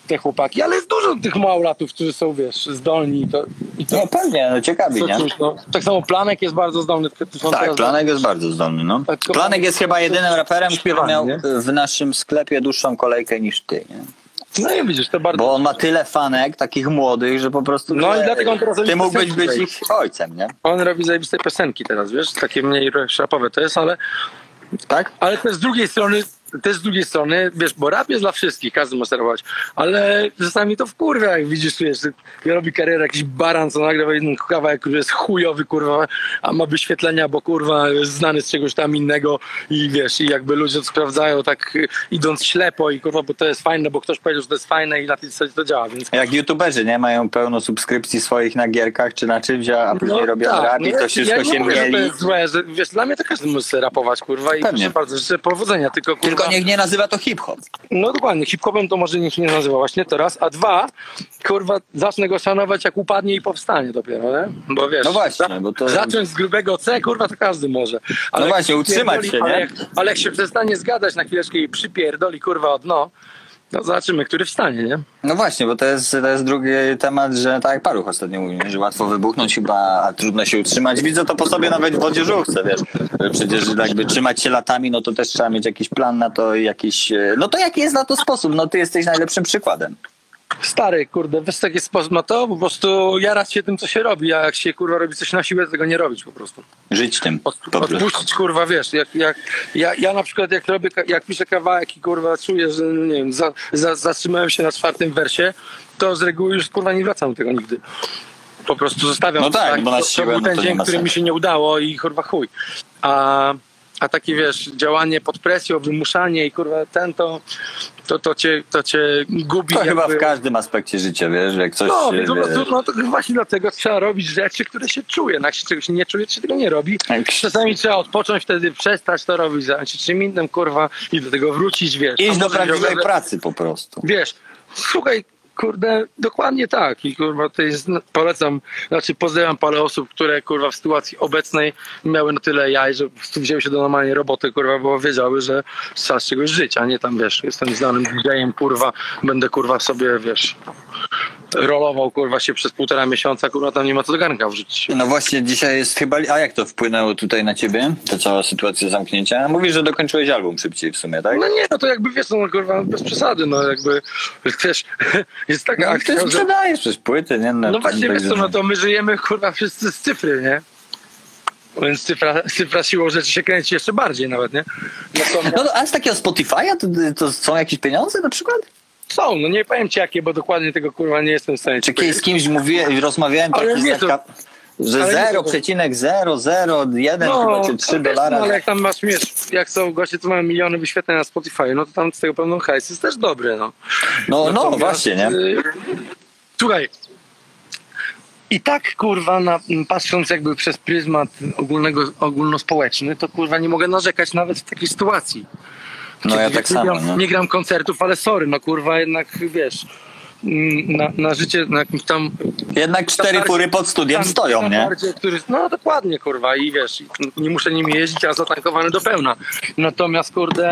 te chłopaki, ale jest dużo tych małolatów, którzy są, wiesz, zdolni i to No pewnie, no ciekawi, nie? no. Tak samo Planek jest bardzo zdolny. Tak, Planek jest bardzo zdolny, no. Tak, Planek jest chyba jedynym raperem, który śpiewanie, miał nie? w naszym sklepie dłuższą kolejkę niż ty, nie? No i widzisz, to bardzo... Bo on ma tyle fanek, takich młodych, że po prostu... No i dlatego on teraz robi ty mógłbyś piosenki być tutaj. ich ojcem, nie? On robi zajebiste piosenki teraz, wiesz, takie mniej rapowe to jest, Tak? ale też z drugiej strony, wiesz, bo rap jest dla wszystkich, każdy może rapować, ale czasami to wkurwia, jak widzisz, wiesz, robi karierę jakiś baran, co nagrywa jeden kawałek, który jest chujowy, kurwa, a ma wyświetlenia, bo kurwa jest znany z czegoś tam innego i wiesz, i jakby ludzie to sprawdzają tak idąc ślepo i kurwa, bo to jest fajne, bo ktoś powiedział, że to jest fajne i na tej zasadzie to działa, więc... Jak youtuberzy, nie? Mają pełno subskrypcji swoich na gierkach czy na czymś, a później robią rap i to wszystko ja się nie mówię, że to mieli. jest złe, że wiesz, dla mnie to każdy może sobie rapować, kurwa, i Pewnie. proszę bardzo, życzę powodzenia, tylko kurwa... Tylko niech nie nazywa to hip-hop. No dokładnie, hip-hopem to może nikt nie nazywa właśnie to raz, a dwa, kurwa, zacznę go szanować jak upadnie i powstanie dopiero, nie? Bo wiesz, No właśnie, bo to... zacząć z grubego C, kurwa, to każdy może. Ale No jak właśnie, się utrzymać przypierdoli- się, nie? ale jak się przestanie zgadać na chwileczkę i przypierdoli, kurwa, o dno, to zobaczymy, który wstanie, nie? No właśnie, bo to jest drugi temat, że tak jak Paluch ostatnio mówił, nie? Że łatwo wybuchnąć chyba, a trudno się utrzymać. Widzę to po sobie nawet w wodzieżówce, wiesz. Że przecież jakby trzymać się latami, no to też trzeba mieć jakiś plan na to i jakiś... No to jaki jest na to sposób? No ty jesteś najlepszym przykładem. Stary, kurde, wiesz taki sposób na to, po prostu jarać się tym, co się robi, a jak się, kurwa, robi coś na siłę, to tego nie robić po prostu. Żyć tym. Po prostu. Odpuścić, kurwa, wiesz, ja na przykład jak piszę kawałek i kurwa czuję, że nie wiem, zatrzymałem się na 4. wersie, to z reguły już kurwa nie wracam do tego nigdy. Po prostu zostawiam. No tak, bo na siłę, to był no ten to nie dzień, ma który mi sensu. się nie udało i kurwa chuj. A takie wiesz, działanie pod presją, wymuszanie i kurwa to cię gubi. To chyba jakby. w każdym aspekcie życia, wiesz, jak coś... No, wiesz, no to właśnie dlatego trzeba robić rzeczy, które się czuje. No, jak się czegoś nie czuje, to się tego nie robi. Jak- Czasami trzeba odpocząć, wtedy przestać to robić, zająć się czym innym, kurwa, i do tego wrócić, wiesz. Iść A do może prawdziwej wyobrażać- pracy po prostu. Wiesz, słuchaj, kurde, dokładnie tak. I kurwa, to jest, polecam, znaczy pozdrawiam parę osób, które kurwa w sytuacji obecnej miały na tyle jaj, że po prostu wzięły się do normalnej roboty, kurwa, bo wiedziały, że trzeba z czegoś żyć, a nie tam, wiesz, jestem znanym DJ-em, kurwa, będę kurwa sobie, wiesz, rolował, kurwa, się przez 1,5 miesiąca, kurwa, tam nie ma co do garnka wrzucić. No właśnie dzisiaj jest chyba... A jak to wpłynęło tutaj na ciebie? Ta cała sytuacja zamknięcia? Mówisz, że dokończyłeś album szybciej w sumie, tak? No nie, no to jakby, wiesz, no kurwa, bez przesady, no jakby, wiesz, jest taka No, akcja, ty że... sprzedajesz przecież płyty, nie? No właśnie, wiesz co, no to... to my żyjemy, kurwa, wszyscy z cyfry, nie? Więc cyfra siłą rzeczy się kręci jeszcze bardziej nawet, nie? Natomiast No a z takiego Spotify'a to są jakieś pieniądze na przykład? są, no nie powiem ci jakie, bo dokładnie tego kurwa nie jestem w stanie Czy ci kiedyś z kimś rozmawiałem, Ale taki nie, setka, że ale nie, to- 0,001 chyba, czy 3 wiesz, dolara. no, ale jak tam masz, wiesz, jak są goście, co mają miliony wyświetleń na Spotify, no to tam z tego pewno hajs jest też dobry, no. No Natomiast, właśnie, nie? Słuchaj, i tak kurwa, patrząc jakby przez pryzmat ogólnospołeczny, to kurwa nie mogę narzekać nawet w takiej sytuacji. No ja Kiedy tak samo, no. nie gram koncertów, ale sorry, no kurwa jednak wiesz, na życie, na jakimś tam... Jednak 4 fury pod studiem stoją, nie? No dokładnie, kurwa, i wiesz, nie muszę nimi jeździć, a zatankowany do pełna. Natomiast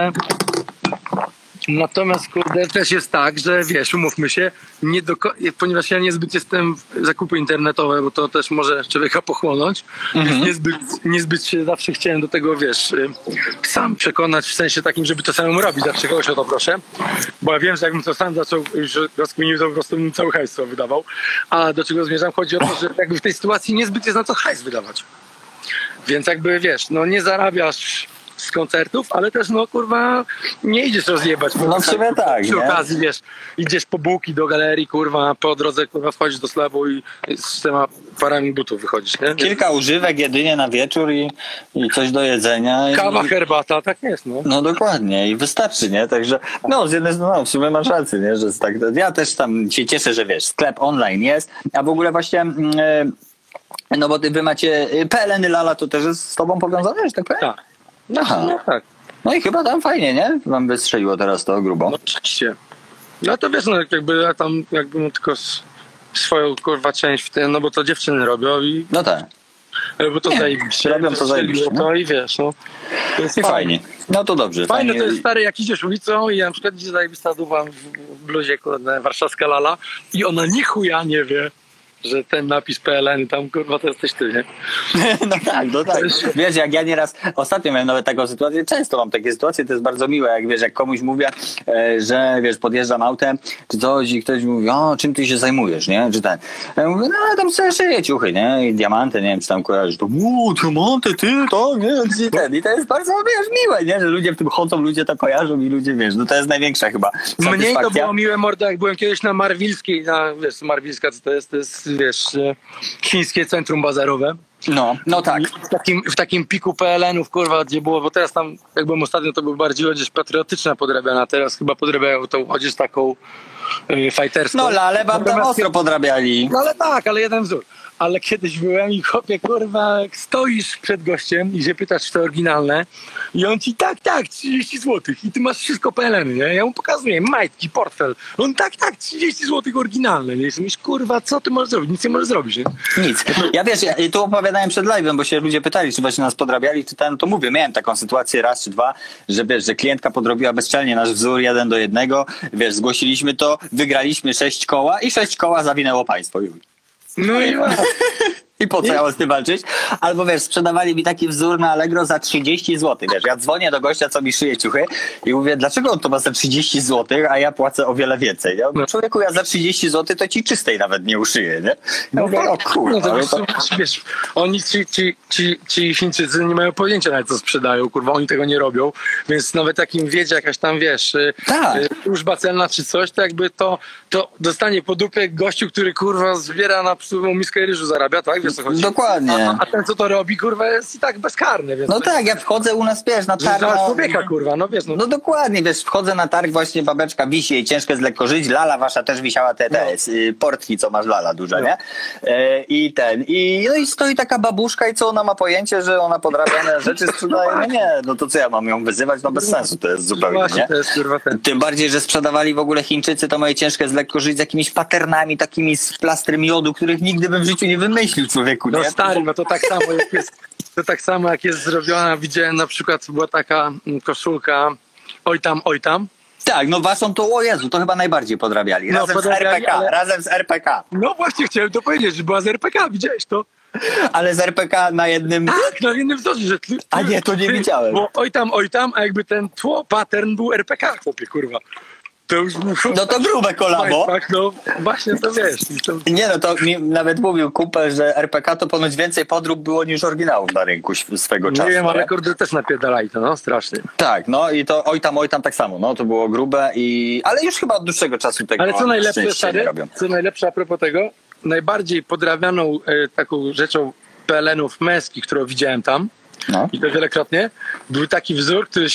kurde, też jest tak, że wiesz, umówmy się, ponieważ ja niezbyt jestem w zakupy internetowe, bo to też może człowieka pochłonąć, więc niezbyt się zawsze chciałem do tego, wiesz, sam przekonać w sensie takim, żeby to samemu robić, zawsze kogoś o to proszę, bo ja wiem, że jakbym to sam zaczął, już rozkminił, to po prostu bym cały hajs to wydawał, a do czego zmierzam? Chodzi o to, że jakby w tej sytuacji niezbyt jest na co hajs wydawać. Więc jakby, wiesz, no nie zarabiasz z koncertów, ale też no kurwa nie idziesz rozjebać. No w sumie tak, Przy nie? okazji, wiesz, idziesz po bułki do galerii, kurwa, po drodze kurwa wchodzisz do sklepu i z 4 parami butów wychodzisz, nie? Kilka używek jedynie na wieczór i coś do jedzenia. Kawa, herbata, tak jest, no. No dokładnie i wystarczy, nie? Także no z jednej strony w sumie masz rację, nie? Że jest tak, ja też tam się cieszę, że wiesz, sklep online jest, a w ogóle właśnie no bo wy macie PLN Lala to też jest z tobą powiązane, że tak powiem? Tak. Aha. No tak. No i chyba tam fajnie, nie? Wam wystrzeliło teraz to grubo. No oczywiście. No to wiesz, no jakby ja tam jakby no tylko swoją kurwa część w tym, no bo to dziewczyny robią i No tak. Bo to Nie, zajebiście. robią to zajebiście, No i wiesz, no. To jest I fajnie. No to dobrze. Fajne fajnie. to jest, stary, jak idziesz ulicą i na przykład idzie zajebista duwa w bluzie, kurde, warszawska lala i ona ni chuja nie wie, że ten napis PLN tam, kurwa, to jesteś ty, nie? No tak, no tak. Wiesz, jak ja nieraz, ostatnio miałem nawet taką sytuację, często mam takie sytuacje, to jest bardzo miłe, jak wiesz, jak komuś mówię, że wiesz, podjeżdżam autem, czy coś i ktoś mówi, o, czym ty się zajmujesz, nie? Czy ten. Ja mówię, no tam sobie szyję ciuchy, nie? I diamanty, nie wiem, czy tam kojarzysz, to diamanty, ty, to, nie? I ten. I to jest bardzo, wiesz, miłe, nie? Że ludzie w tym chodzą, ludzie to kojarzą i ludzie, wiesz, no to jest największa chyba satysfakcja. Mniej to było miłe, mordo, jak byłem kiedyś na Marwilskiej, wiesz, Marwilska, co to jest, wiesz, chińskie centrum bazarowe. No tak. W takim piku PLN-ów, kurwa, gdzie było, bo teraz tam, jak byłem ostatnio, to był bardziej odzież patriotyczna podrabiana, teraz chyba podrabiają tą odzież taką fajterską. No lale wam tam ostro podrabiali. No ale tak, ale jeden wzór. Ale kiedyś byłem i chłopie, kurwa, jak stoisz przed gościem i się pytasz, czy to oryginalne i on ci tak, 30 zł i ty masz wszystko PLN, nie? Ja mu pokazuję, majtki, portfel. On tak, 30 zł oryginalne, nie? I myślisz, kurwa, co ty możesz zrobić? Nic nie możesz zrobić, nie? Nic. Ja wiesz, tu opowiadałem przed live'em, bo się ludzie pytali, czy właśnie nas podrabiali, czy ten, to mówię, miałem taką sytuację raz czy dwa, że wiesz, że klientka podrobiła bezczelnie nasz wzór 1:1, wiesz, zgłosiliśmy to, wygraliśmy 6 koła i 6 koła zawinęło państwo. No i I po co ja mam z tym walczyć? Albo wiesz, sprzedawali mi taki wzór na Allegro za 30 zł. Wiesz, ja dzwonię do gościa, co mi szyje ciuchy i mówię, dlaczego on to ma za 30 zł, a ja płacę o wiele więcej. Ja mówię, człowieku, ja za 30 zł to ci czystej nawet nie uszyję, nie? Ja mówię, o kurwa. No to wiesz, oni ci Chińczycy nie mają pojęcia nawet co sprzedają, kurwa, oni tego nie robią, więc nawet jak im wiedzie jakaś tam, wiesz, Tak. służba celna czy coś, to jakby to dostanie po dupie gościu, który kurwa zbiera na psową miskę ryżu, zarabia, tak? Wiesz co chodzi? Dokładnie. A ten co to robi, kurwa, jest i tak bezkarny, więc No tak, ja wchodzę u nas, wiesz, na targ. za człowieka, kurwa, no wiesz, No dokładnie, wiesz, wchodzę na targ, właśnie babeczka wisi, jej ciężko jest lekko żyć, lala wasza też wisiała, te portki, co masz lala duża, nie? No i stoi taka babuszka i co ona ma pojęcie, że ona podrabiane rzeczy sprzedaje? No nie, no to co ja mam ją wyzywać? No bez sensu to jest zupełnie, właśnie, nie? to jest kurwa ten. Tym bardziej, że sprzedawali w ogóle Chińczycy to moje ciężkie jest lekko żyć z jakimiś paternami takimi z plastrem jodu, których nigdy bym w życiu nie wymyślił, człowieku, nie? No stary, no to tak samo to tak samo jak jest zrobiona, widziałem na przykład, była taka koszulka oj tam. Tak, no waszą to, o Jezu, to chyba najbardziej podrabiali. No, Razem podrabiali, z RPK, ale- razem z RPK. No właśnie chciałem to powiedzieć, że była z RPK, widziałeś to? Ale z RPK na jednym... Tak, na jednym wzorze, że A nie, to nie widziałem. Bo oj tam, a jakby ten pattern był RPK, chłopie, kurwa. To już był No to grube kolabo. tak, no właśnie to wiesz. Nie no, to mi nawet mówił kumpel, że RPK to ponoć więcej podrób było niż oryginałów na rynku swego czasu. Nie wiem, ale nie? kurde też napierdalali to, no strasznie. Tak, no i to oj tam tak samo, no to było grube ale już chyba od dłuższego czasu tego Ale co najlepsze, szczęście nie stary, robią. co najlepsze a propos tego, najbardziej podrabianą taką rzeczą PLN-ów męskich, którą widziałem tam, No. i to wielokrotnie, był taki wzór, który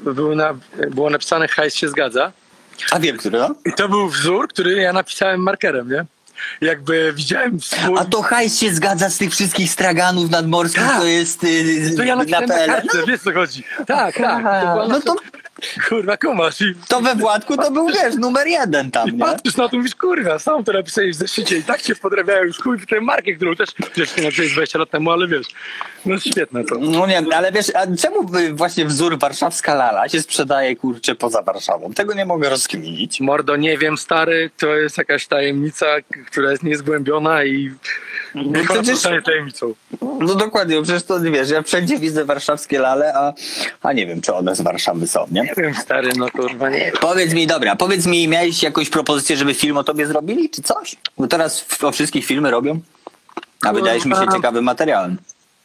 było napisane hajs się zgadza. A wiem, który, no? I to był wzór, który ja napisałem markerem, nie? Jakby widziałem swój... A to hajs się zgadza z tych wszystkich straganów nadmorskich, Tak. to jest To ja na napisałem na PL. kartce, wiesz co chodzi. Tak. No to, Kurwa, kumasz i to we Władku to był, wiesz, numer 1 tam, nie? patrzysz na to i mówisz, kurwa, sam to napisałeś w zeszycie i tak się podrabiają już chuj w tę markę, którą też nie napisałeś 20 lat temu, ale wiesz, no świetne to. No nie, ale wiesz, a czemu właśnie wzór warszawska lala się sprzedaje, kurczę, poza Warszawą? Tego nie mogę rozkminić. Mordo, nie wiem, stary, to jest jakaś tajemnica, która jest niezgłębiona i nie przecież- pozostanie tajemnicą. No dokładnie, bo przecież to wiesz, ja wszędzie widzę warszawskie lale, a nie wiem, czy one z Warszawy są, nie? Nie wiem, stary, no kurwa, nie wiem. Powiedz mi, miałeś jakąś propozycję, żeby film o tobie zrobili, czy coś? Bo teraz o wszystkich filmy robią. A wydajesz mi się ciekawym materiałem.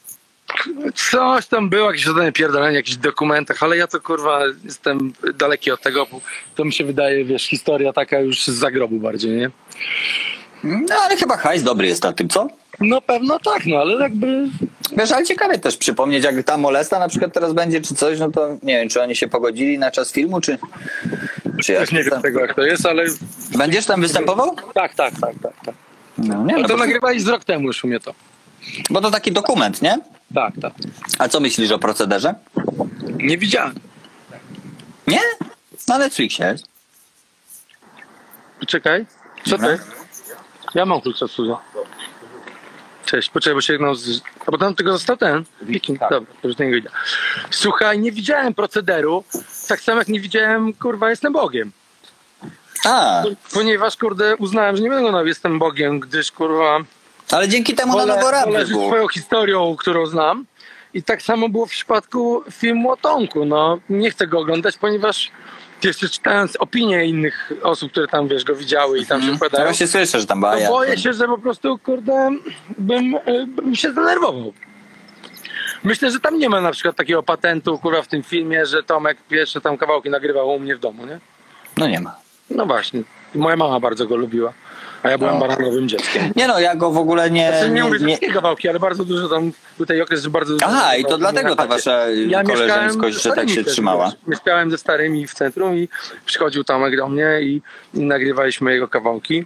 Coś tam było, jakieś zadanie pierdolenie, jakichś dokumentach, ale ja to kurwa jestem daleki od tego, bo to mi się wydaje, wiesz, historia taka już z zagrobu bardziej, nie? No ale chyba hajs dobry jest na tym, co? No pewno tak, no ale jakby... Wiesz, ale ciekawie też przypomnieć, jak ta Molesta na przykład teraz będzie, czy coś, no to nie wiem, czy oni się pogodzili na czas filmu, czy jak Też nie wiem tego, jak to jest, ale Będziesz tam występował? tak. No, nie, No no to bo, nagrywali z rok temu już u mnie to. bo to taki dokument, nie? Tak. A co myślisz o procederze? Nie widziałem. Nie? Na Netflixie jest. Czekaj, co No. ty? Ja mam klucz od cuda. Cześć, poczekaj, bo się a bo tam tylko został ten Wiking, tak. dobra, to już nie widzę. Słuchaj, nie widziałem procederu, tak samo jak nie widziałem, kurwa, Jestem Bogiem. A, Ponieważ, kurde, uznałem, że nie będę oglądał Jestem Bogiem, gdyż, kurwa, ale dzięki temu na nowo rap wolę żyć było. swoją historią, którą znam. I tak samo było w przypadku filmu o Tomku. No, nie chcę go oglądać, ponieważ jeszcze czytając opinie innych osób, które tam, wiesz, go widziały i tam się Ja wypowiadają, właśnie słyszę, że tam to baja. boję się, że po prostu, kurde, bym się zdenerwował. Myślę, że tam nie ma na przykład takiego patentu, kurwa, w tym filmie, że Tomek pierwsze tam kawałki nagrywał u mnie w domu, nie? No nie ma. No właśnie. Moja mama bardzo go lubiła, a ja byłem No. baranowym dzieckiem. Nie no, ja go w ogóle Znaczy, nie nie... mówię, że wszystkie kawałki, ale bardzo dużo tam, był ten okres, że bardzo dużo... Aha, i to kawałków dlatego na ta chacie. wasza koleżeńskość, ze że tak starymi się wtedy, trzymała. wiesz. Mieszkałem ze starymi w centrum i przychodził Tomek do mnie i nagrywaliśmy jego kawałki.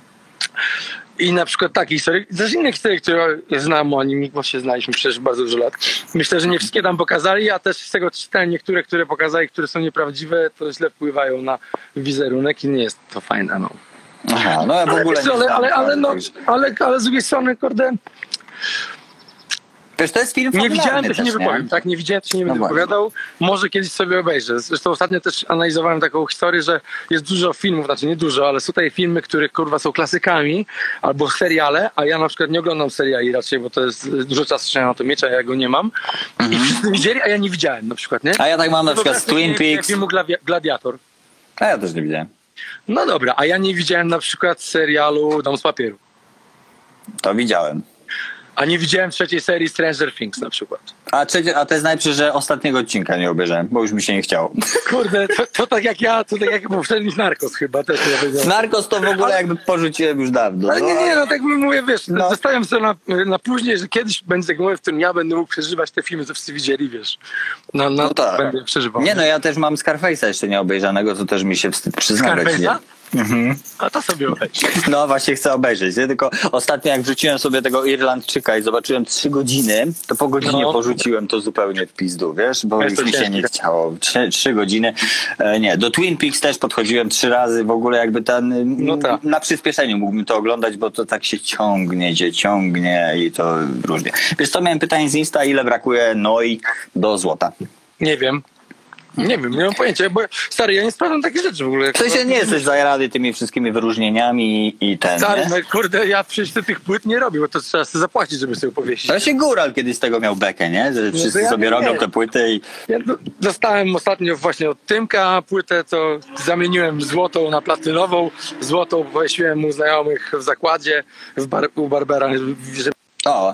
I na przykład takie historie, też inne historie, które znam o nim, bo się znaliśmy przecież bardzo dużo lat. Myślę, że nie wszystkie tam pokazali, a też z tego czytałem niektóre, które pokazali, które są nieprawdziwe, to źle wpływają na wizerunek i nie jest to fajne, no. Aha, no ja w ogóle Wiesz, nie znam, ale z drugiej strony, kurde, Wiesz, to jest film nie widziałem, fabularny to się nie też, wypowiem, tak? Nie widziałem, to się nie będę właśnie. wypowiadał. Może kiedyś sobie obejrzę. Zresztą ostatnio też analizowałem taką historię, że jest dużo filmów, znaczy nie dużo, ale są tutaj filmy, które kurwa są klasykami, albo seriale, a ja na przykład nie oglądam seriali raczej, bo to jest dużo czasu trzeba na to mieć, a ja go nie mam. I wszyscy widzieli, a ja nie widziałem na przykład, nie? A ja tak mam na przykład z Wyobraź sobie, Twin nie Peaks. filmu Gladiator. A ja też nie widziałem. No dobra, a ja nie widziałem na przykład serialu Dom z papieru. To widziałem. A nie widziałem trzeciej serii Stranger Things na przykład. A to jest najlepsze, że ostatniego odcinka nie obejrzałem, bo już mi się nie chciało. Kurde, to tak jak ja, to tak jak poprzedni Narcos chyba też nie powiedziałem. Narcos to w ogóle jakby porzuciłem już dawno. Ale nie, no tak mówię, wiesz, No. zostawiam sobie na później, że kiedyś będzie taki moment, w którym ja będę mógł przeżywać te filmy, co wszyscy widzieli, wiesz. No tak. Będę przeżywał. Nie no, ja też mam Scarface'a jeszcze nie obejrzanego, to też mi się wstyd przyznawać. Scarface'a? Nie? A to sobie obejrz. No właśnie chcę obejrzeć, nie? Tylko ostatnio jak wrzuciłem sobie tego Irlandczyka i zobaczyłem 3 godziny, to po godzinie No. porzuciłem to zupełnie w pizdu, wiesz, bo Jest już mi to się nie ciężkie. chciało. 3 godziny. Nie, do Twin Peaks też podchodziłem 3 razy, w ogóle jakby ten No tak. na przyspieszeniu mógłbym to oglądać, bo to tak się ciągnie i to różnie. Wiesz co, miałem pytanie z Insta, ile brakuje Noi do złota? Nie wiem. Nie wiem, nie mam pojęcia, bo stary, ja nie sprawdzam takich rzeczy w ogóle. W sensie nie jesteś zajarany tymi wszystkimi wyróżnieniami i ten, Stary, nie? no kurde, ja przecież tych płyt nie robię, bo to trzeba sobie zapłacić, żeby sobie powiesić. Ale się Góral kiedyś z tego miał bekę, nie? Że wszyscy ja sobie nie robią wiem. te płyty i... Ja dostałem ostatnio właśnie od Tymka płytę, to zamieniłem złotą na platynową. Złotą powiesiłem u znajomych w zakładzie u Barbera, żeby O!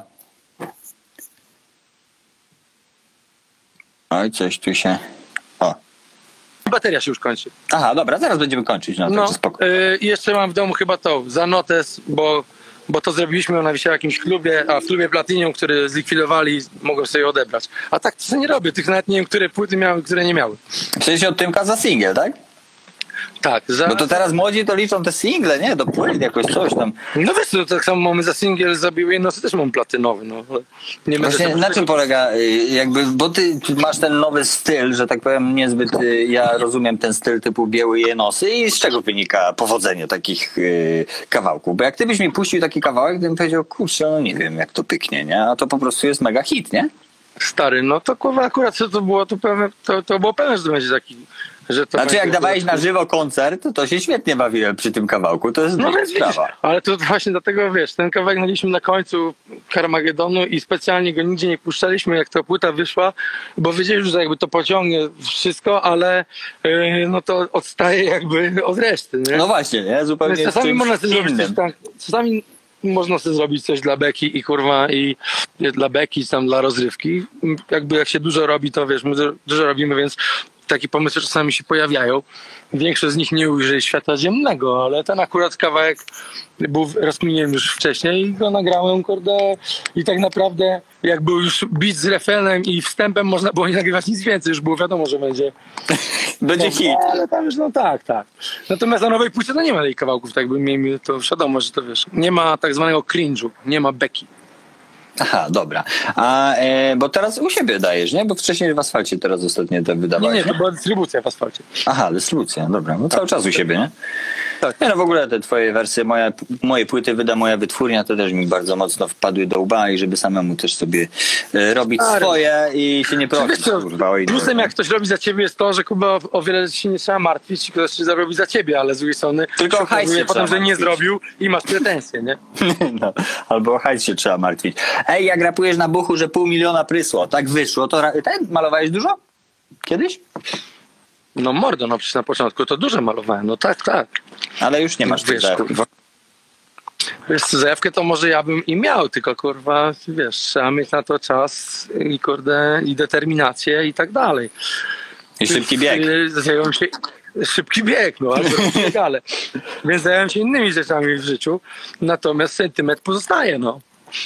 Oj, coś tu się... O. bateria się już kończy. Aha, dobra, zaraz będziemy kończyć, no, No, także spoko. i jeszcze mam w domu chyba tą, za notes, bo to zrobiliśmy, ona wisiała w jakimś klubie, a w klubie Platinum, który zlikwidowali, mogłem sobie ją odebrać. A tak to sobie nie robię, tych nawet nie wiem, które płyty miały, które nie miały. W sensie od Tymka za singiel, tak? Tak, Bo to teraz młodzi to liczą te single, nie? Do płyt jakoś coś tam. No wiesz, to tak samo mamy za singiel zabiły, no to też mam platynowy, no. Ale nie będę Właśnie sobie- na czym polega, jakby, bo ty masz ten nowy styl, że tak powiem, niezbyt, ja rozumiem ten styl typu Bieły Jenosy i z czego wynika powodzenie takich kawałków? Bo jak ty byś mi puścił taki kawałek, to bym powiedział, kurczę, no nie wiem jak to pyknie, nie? A to po prostu jest mega hit, nie? Stary, no to kurwa akurat co to było, to było pewne, że to będzie taki, że to Znaczy będzie jak dawałeś na żywo koncert, to się świetnie bawiłem przy tym kawałku, to jest No dobra więc widzisz, sprawa. ale to właśnie dlatego, wiesz, ten kawałek nagraliśmy na końcu Karmagedonu i specjalnie go nigdzie nie puszczaliśmy, jak ta płyta wyszła, bo wiedzieliśmy, że jakby to pociągnie wszystko, ale no to odstaje jakby od reszty, nie? No właśnie, nie? Zupełnie Więc czasami czymś można sobie zrobić innym. coś tak, czasami można sobie zrobić coś dla beki i kurwa i dla beki, tam dla rozrywki. Jakby jak się dużo robi, to wiesz, my dużo robimy, więc takie pomysły czasami się pojawiają. Większość z nich nie ujrzy światła dziennego, ale ten akurat kawałek był rozkminiłem już wcześniej i go nagrałem, kurde, i tak naprawdę jak był już beat z refrenem i wstępem, można było nie nagrywać nic więcej, już było wiadomo, że będzie Będzie hit. ale tam już, no tak. Natomiast na nowej płycie to nie ma tej kawałków, tak by miejmy to wiadomo, że to wiesz, nie ma tak zwanego cringe'u, nie ma beki. Aha, dobra. A bo teraz u siebie dajesz, nie? Bo wcześniej w Asfalcie teraz ostatnio to Nie, wydawałeś, to była dystrybucja w asfalcie. Aha, dystrybucja, dobra. No cały czas u siebie, nie? Tak. Nie no, w ogóle te twoje wersje, moje płyty wyda moja wytwórnia, to też mi bardzo mocno wpadły do łba i żeby samemu też sobie robić swoje i się nie Wiesz prosić, co, kurwa. o inne. plusem jak ktoś robi za ciebie jest to, że Kuba o wiele się nie trzeba martwić, ktoś zrobi za ciebie, ale z drugiej strony Tylko się hajs się okazuje potem, trzeba że nie martwić. zrobił i masz pretensje, nie? No, albo o hajs się trzeba martwić. Ej, jak rapujesz na buchu, że 500 000 prysło, tak wyszło, to malowałeś dużo? Kiedyś? No mordo, no przecież na początku to dużo malowałem, no tak. Ale już nie masz tych Wiesz, zajawek. kurwa. Wiesz co, zajawkę to może ja bym i miał, tylko kurwa, wiesz, trzeba mieć na to czas i kurde, i determinację i tak dalej. I szybki bieg. Zająłem się szybki bieg, no albo biegale. Więc zająłem się innymi rzeczami w życiu, natomiast sentyment pozostaje, no.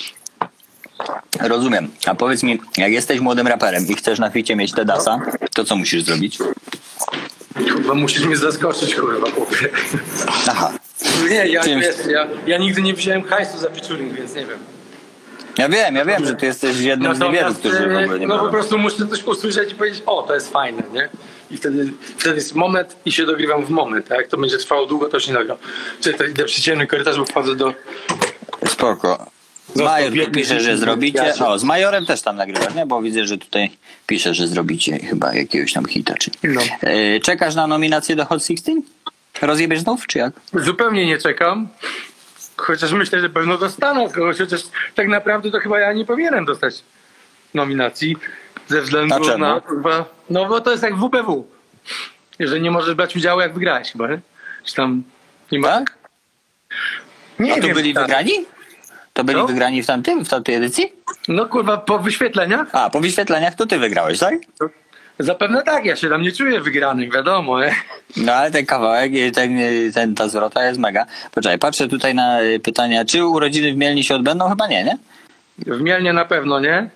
Rozumiem. A powiedz mi, jak jesteś młodym raperem i chcesz na ficie mieć Tedasa, to co musisz zrobić? Kurwa, musisz mnie zaskoczyć, kurwa, chłopie. Aha. Nie, Czymś- ja nigdy nie wziąłem hajsu za featuring, więc nie wiem. Ja wiem, że ty jesteś jednym z niewielu, którzy w ogóle nie no po mają. prostu muszę coś usłyszeć i powiedzieć, o, to jest fajne, nie? I wtedy jest moment i się dogrywam w moment, a jak to będzie trwało długo, to się nie nagra. Czyli to idę przy ciemnym korytarzu, wchodzę do... Spoko. Major tu pisze, że zrobicie. O, z Majorem też tam nagrywasz, nie? Bo widzę, że tutaj pisze, że zrobicie chyba jakiegoś tam hita. Czy... No. Czekasz na nominację do Hot 16? Rozjebiesz znów, czy jak? Zupełnie nie czekam. Chociaż myślę, że pewno dostanę, chociaż tak naprawdę to chyba ja nie powinienem dostać nominacji ze A względu czemu? na chyba... No bo to jest jak WBW. Jeżeli nie możesz brać udziału, jak wygrałeś chyba, nie? Czy tam... Nie ma... Tak? Nie A to wiem, byli tak. wygrani? To byli Co? wygrani w tamtej edycji? No kurwa, po wyświetleniach? A, po wyświetleniach to ty wygrałeś, tak? Zapewne tak, ja się tam nie czuję wygranych, wiadomo, nie? No ale ten kawałek, ta zwrota jest mega. Poczekaj, patrzę tutaj na pytania. Czy urodziny w Mielni się odbędą? Chyba nie, nie? W Mielnie na pewno, nie?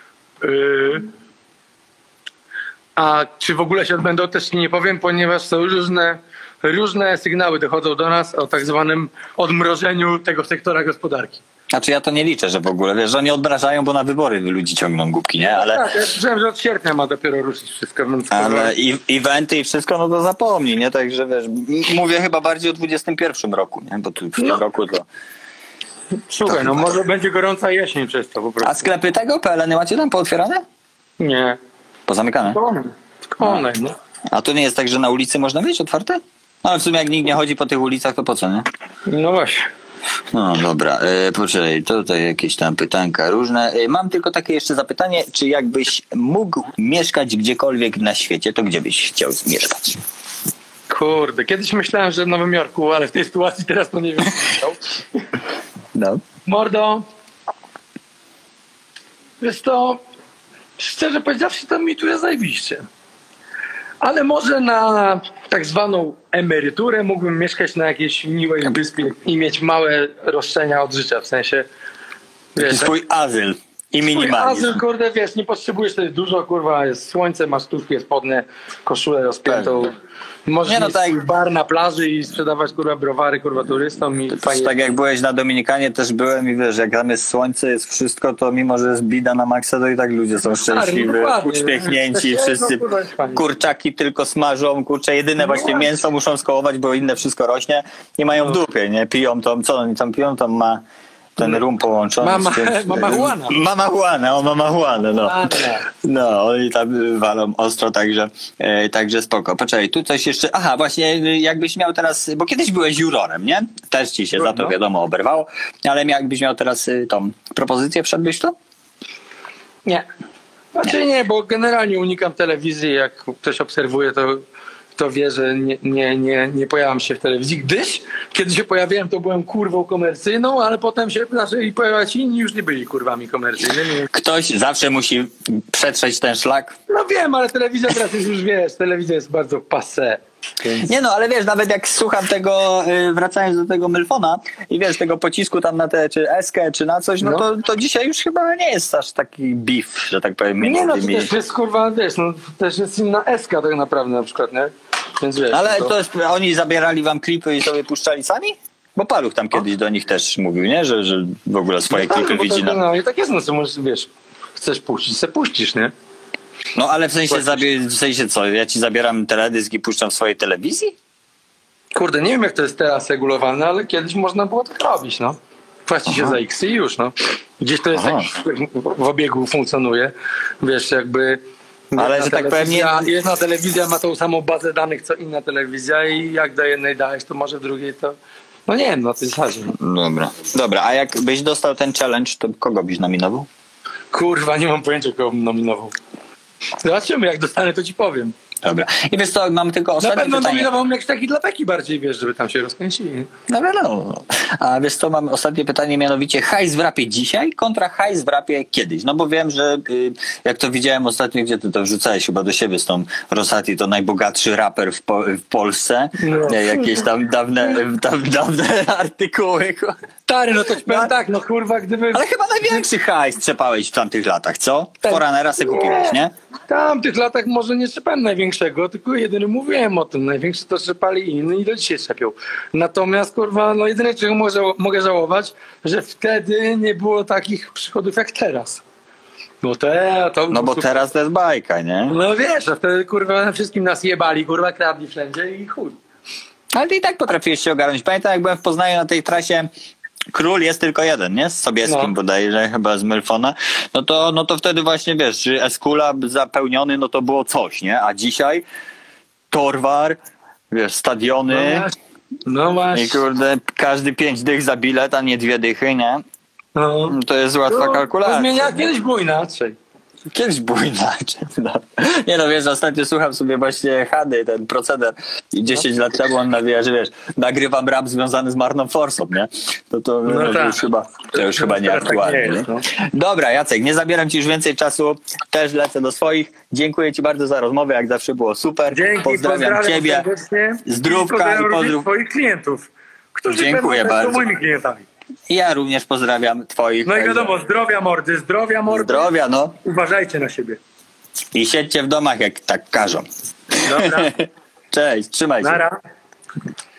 A czy w ogóle się odbędą, też nie powiem, ponieważ są różne sygnały dochodzą do nas o tak zwanym odmrożeniu tego sektora gospodarki. Znaczy ja to nie liczę, że w ogóle, wiesz, że oni odmrażają, bo na wybory ludzi ciągną głupki, nie? Ale, Tak, ja słyszałem, że od sierpnia ma dopiero ruszyć wszystko. Więc ale eventy i wszystko, no to zapomnij, nie? Także wiesz, mówię chyba bardziej o 21 roku, nie? Bo tu w tym No. roku to... Słuchaj, no może będzie gorąca jesień przez to po prostu. A sklepy tego PLN-y macie tam pootwierane? Nie. Pozamykane? Tylko one, no. A to nie jest tak, że na ulicy można mieć otwarte? No ale w sumie jak nikt nie chodzi po tych ulicach, to po co, nie? No właśnie. No dobra, poczekaj, tutaj jakieś tam pytanka różne. Mam tylko takie jeszcze zapytanie, czy jakbyś mógł mieszkać gdziekolwiek na świecie, to gdzie byś chciał mieszkać? Kurde, kiedyś myślałem, że w Nowym Jorku, ale w tej sytuacji teraz to nie wiem. No. Mordo, wiesz to, szczerze powiedziawszy, to mi tu jest zajebiście. Ale może na tak zwaną emeryturę mógłbym mieszkać na jakiejś miłej wyspie i mieć małe roszczenia od życia, w sensie... Wiesz, Swój azyl i Twój minimalizm. azyl, kurde, wiesz, nie potrzebujesz tutaj dużo, kurwa, jest słońce, masz stówkę spodnie, koszulę rozpiętą. Możesz Nie, no mieć tak. swój bar na plaży i sprzedawać, kurwa, browary, kurwa, turystom i fajnie. Tak jak byłeś na Dominikanie, też byłem i wiesz, jak tam jest słońce, jest wszystko, to mimo, że jest bida na maksa, to i tak ludzie są szczęśliwi, dokładnie. uśmiechnięci, No, wszyscy kurwa, jest fajnie. kurczaki tylko smażą, kurcze, jedyne właśnie właśnie. mięso muszą skołować, bo inne wszystko rośnie i mają w dupie, nie? Piją to, co oni tam piją, to ma ten rum połączony Mama- z czymś. mamajuana. Mamajuana, no. Ładne. No, oni tam walą ostro, także spoko. Poczekaj, tu coś jeszcze... Aha, właśnie jakbyś miał teraz... Bo kiedyś byłeś jurorem, nie? Też ci się za to, No. wiadomo, oberwało. Ale jakbyś miał teraz tą propozycję, wszedłbyś w to? Nie. Znaczy nie, bo generalnie unikam telewizji, jak ktoś obserwuje, to wie, że nie pojawiam się w telewizji, gdyż kiedy się pojawiałem, to byłem kurwą komercyjną, ale potem się zaczęli pojawiać inni, już nie byli kurwami komercyjnymi. Ktoś zawsze musi przetrzeć ten szlak. No wiem, ale telewizja teraz jest już, wiesz, telewizja jest bardzo passé. Więc... Nie no, ale wiesz, nawet jak słucham tego, wracając do tego Mylfona i wiesz, tego pocisku tam na te, czy eskę, czy na coś, no. To dzisiaj już chyba nie jest aż taki beef, że tak powiem, między Nie no, to tymi... też jest kurwa, wiesz, no też jest inna eska tak naprawdę na przykład, nie? Więc wiesz, Ale no to jest, oni zabierali wam klipy i sobie puszczali sami? Bo Paluch tam kiedyś do nich też mówił, nie? Że w ogóle swoje tak, klipy bo widzi to, na... no i tak jest, no co możesz, wiesz, chcesz puścić, se puścisz, nie? No ale w sensie co, ja ci zabieram teledysk i puszczam w swojej telewizji? Kurde, nie wiem jak to jest teraz regulowane, ale kiedyś można było tak robić, no. Płaci się za X i już, no. Gdzieś to jest jakiś w obiegu funkcjonuje. Wiesz, jakby... Ale że tak powiem, Jedna telewizja ma tą samą bazę danych, co inna telewizja i jak do jednej dajesz, to może w drugiej to... No nie wiem, no to jest zasadzie. Dobra, a jak byś dostał ten challenge, to kogo byś nominował? Kurwa, nie mam pojęcia, kogo bym nominował. Zobaczymy, jak dostanę, to ci powiem. Dobra. I wiesz co, mam tylko Na ostatnie pewno pytanie. nominował mnie jakiś taki dla Peki bardziej, wiesz, żeby tam się rozkręcili. No wiadomo. A wiesz co, mam ostatnie pytanie, mianowicie hajs w rapie dzisiaj kontra hajs w rapie kiedyś. No bo wiem, że jak to widziałem ostatnio, gdzie ty to wrzucałeś chyba do siebie z tą Rosati, to najbogatszy raper w Polsce. No. Jakieś tam dawne artykuły. Stary, no to ci powiem tak, no kurwa, gdyby... Ale chyba największy hajs trzepałeś w tamtych latach, co? Foranera se kupiłeś, nie? W tamtych latach może nie trzepałem największego, tylko jedyny mówiłem o tym. Największy to trzepali inni i do dzisiaj trzepią. Natomiast kurwa, no jedyne czego mogę żałować, że wtedy nie było takich przychodów jak teraz. No bo teraz to jest bajka, nie? No wiesz, a wtedy kurwa wszystkim nas jebali, kurwa kradli wszędzie i chuj. Ale ty i tak potrafiłeś się ogarnąć. Pamiętam, jak byłem w Poznaniu na tej trasie, Król jest tylko jeden, nie? Z Sobieskim bodajże, chyba z Mylfona. No to wtedy właśnie, wiesz, Eskula zapełniony, no to było coś, nie? A dzisiaj Torwar, wiesz, stadiony No właśnie. i kurde, każdy 5 dych za bilet, a nie 2 dychy, nie? No. To jest łatwa kalkulacja. Zmienia, kiedyś było inaczej. Kiedyś było inaczej. No. Nie no, wiesz, ostatnio słucham sobie właśnie Hady, ten proceder i 10 lat temu on nawija, że wiesz, nagrywam rap związany z Marną Forsą, nie? To już chyba nieaktualne. Tak nie nie? jest, no. Dobra, Jacek, nie zabieram ci już więcej czasu, też lecę do swoich. Dziękuję ci bardzo za rozmowę, jak zawsze było super. Dzięki, pozdrawiam ciebie, serdecznie. zdrówka i pozdrów. Twoich klientów, którzy Dziękuję będą bardzo. moimi klientami. I ja również pozdrawiam twoich. No i wiadomo, zdrowia mordy. Zdrowia, no. Uważajcie na siebie. I siedźcie w domach, jak tak każą. Dobra, Cześć, trzymaj się. nara.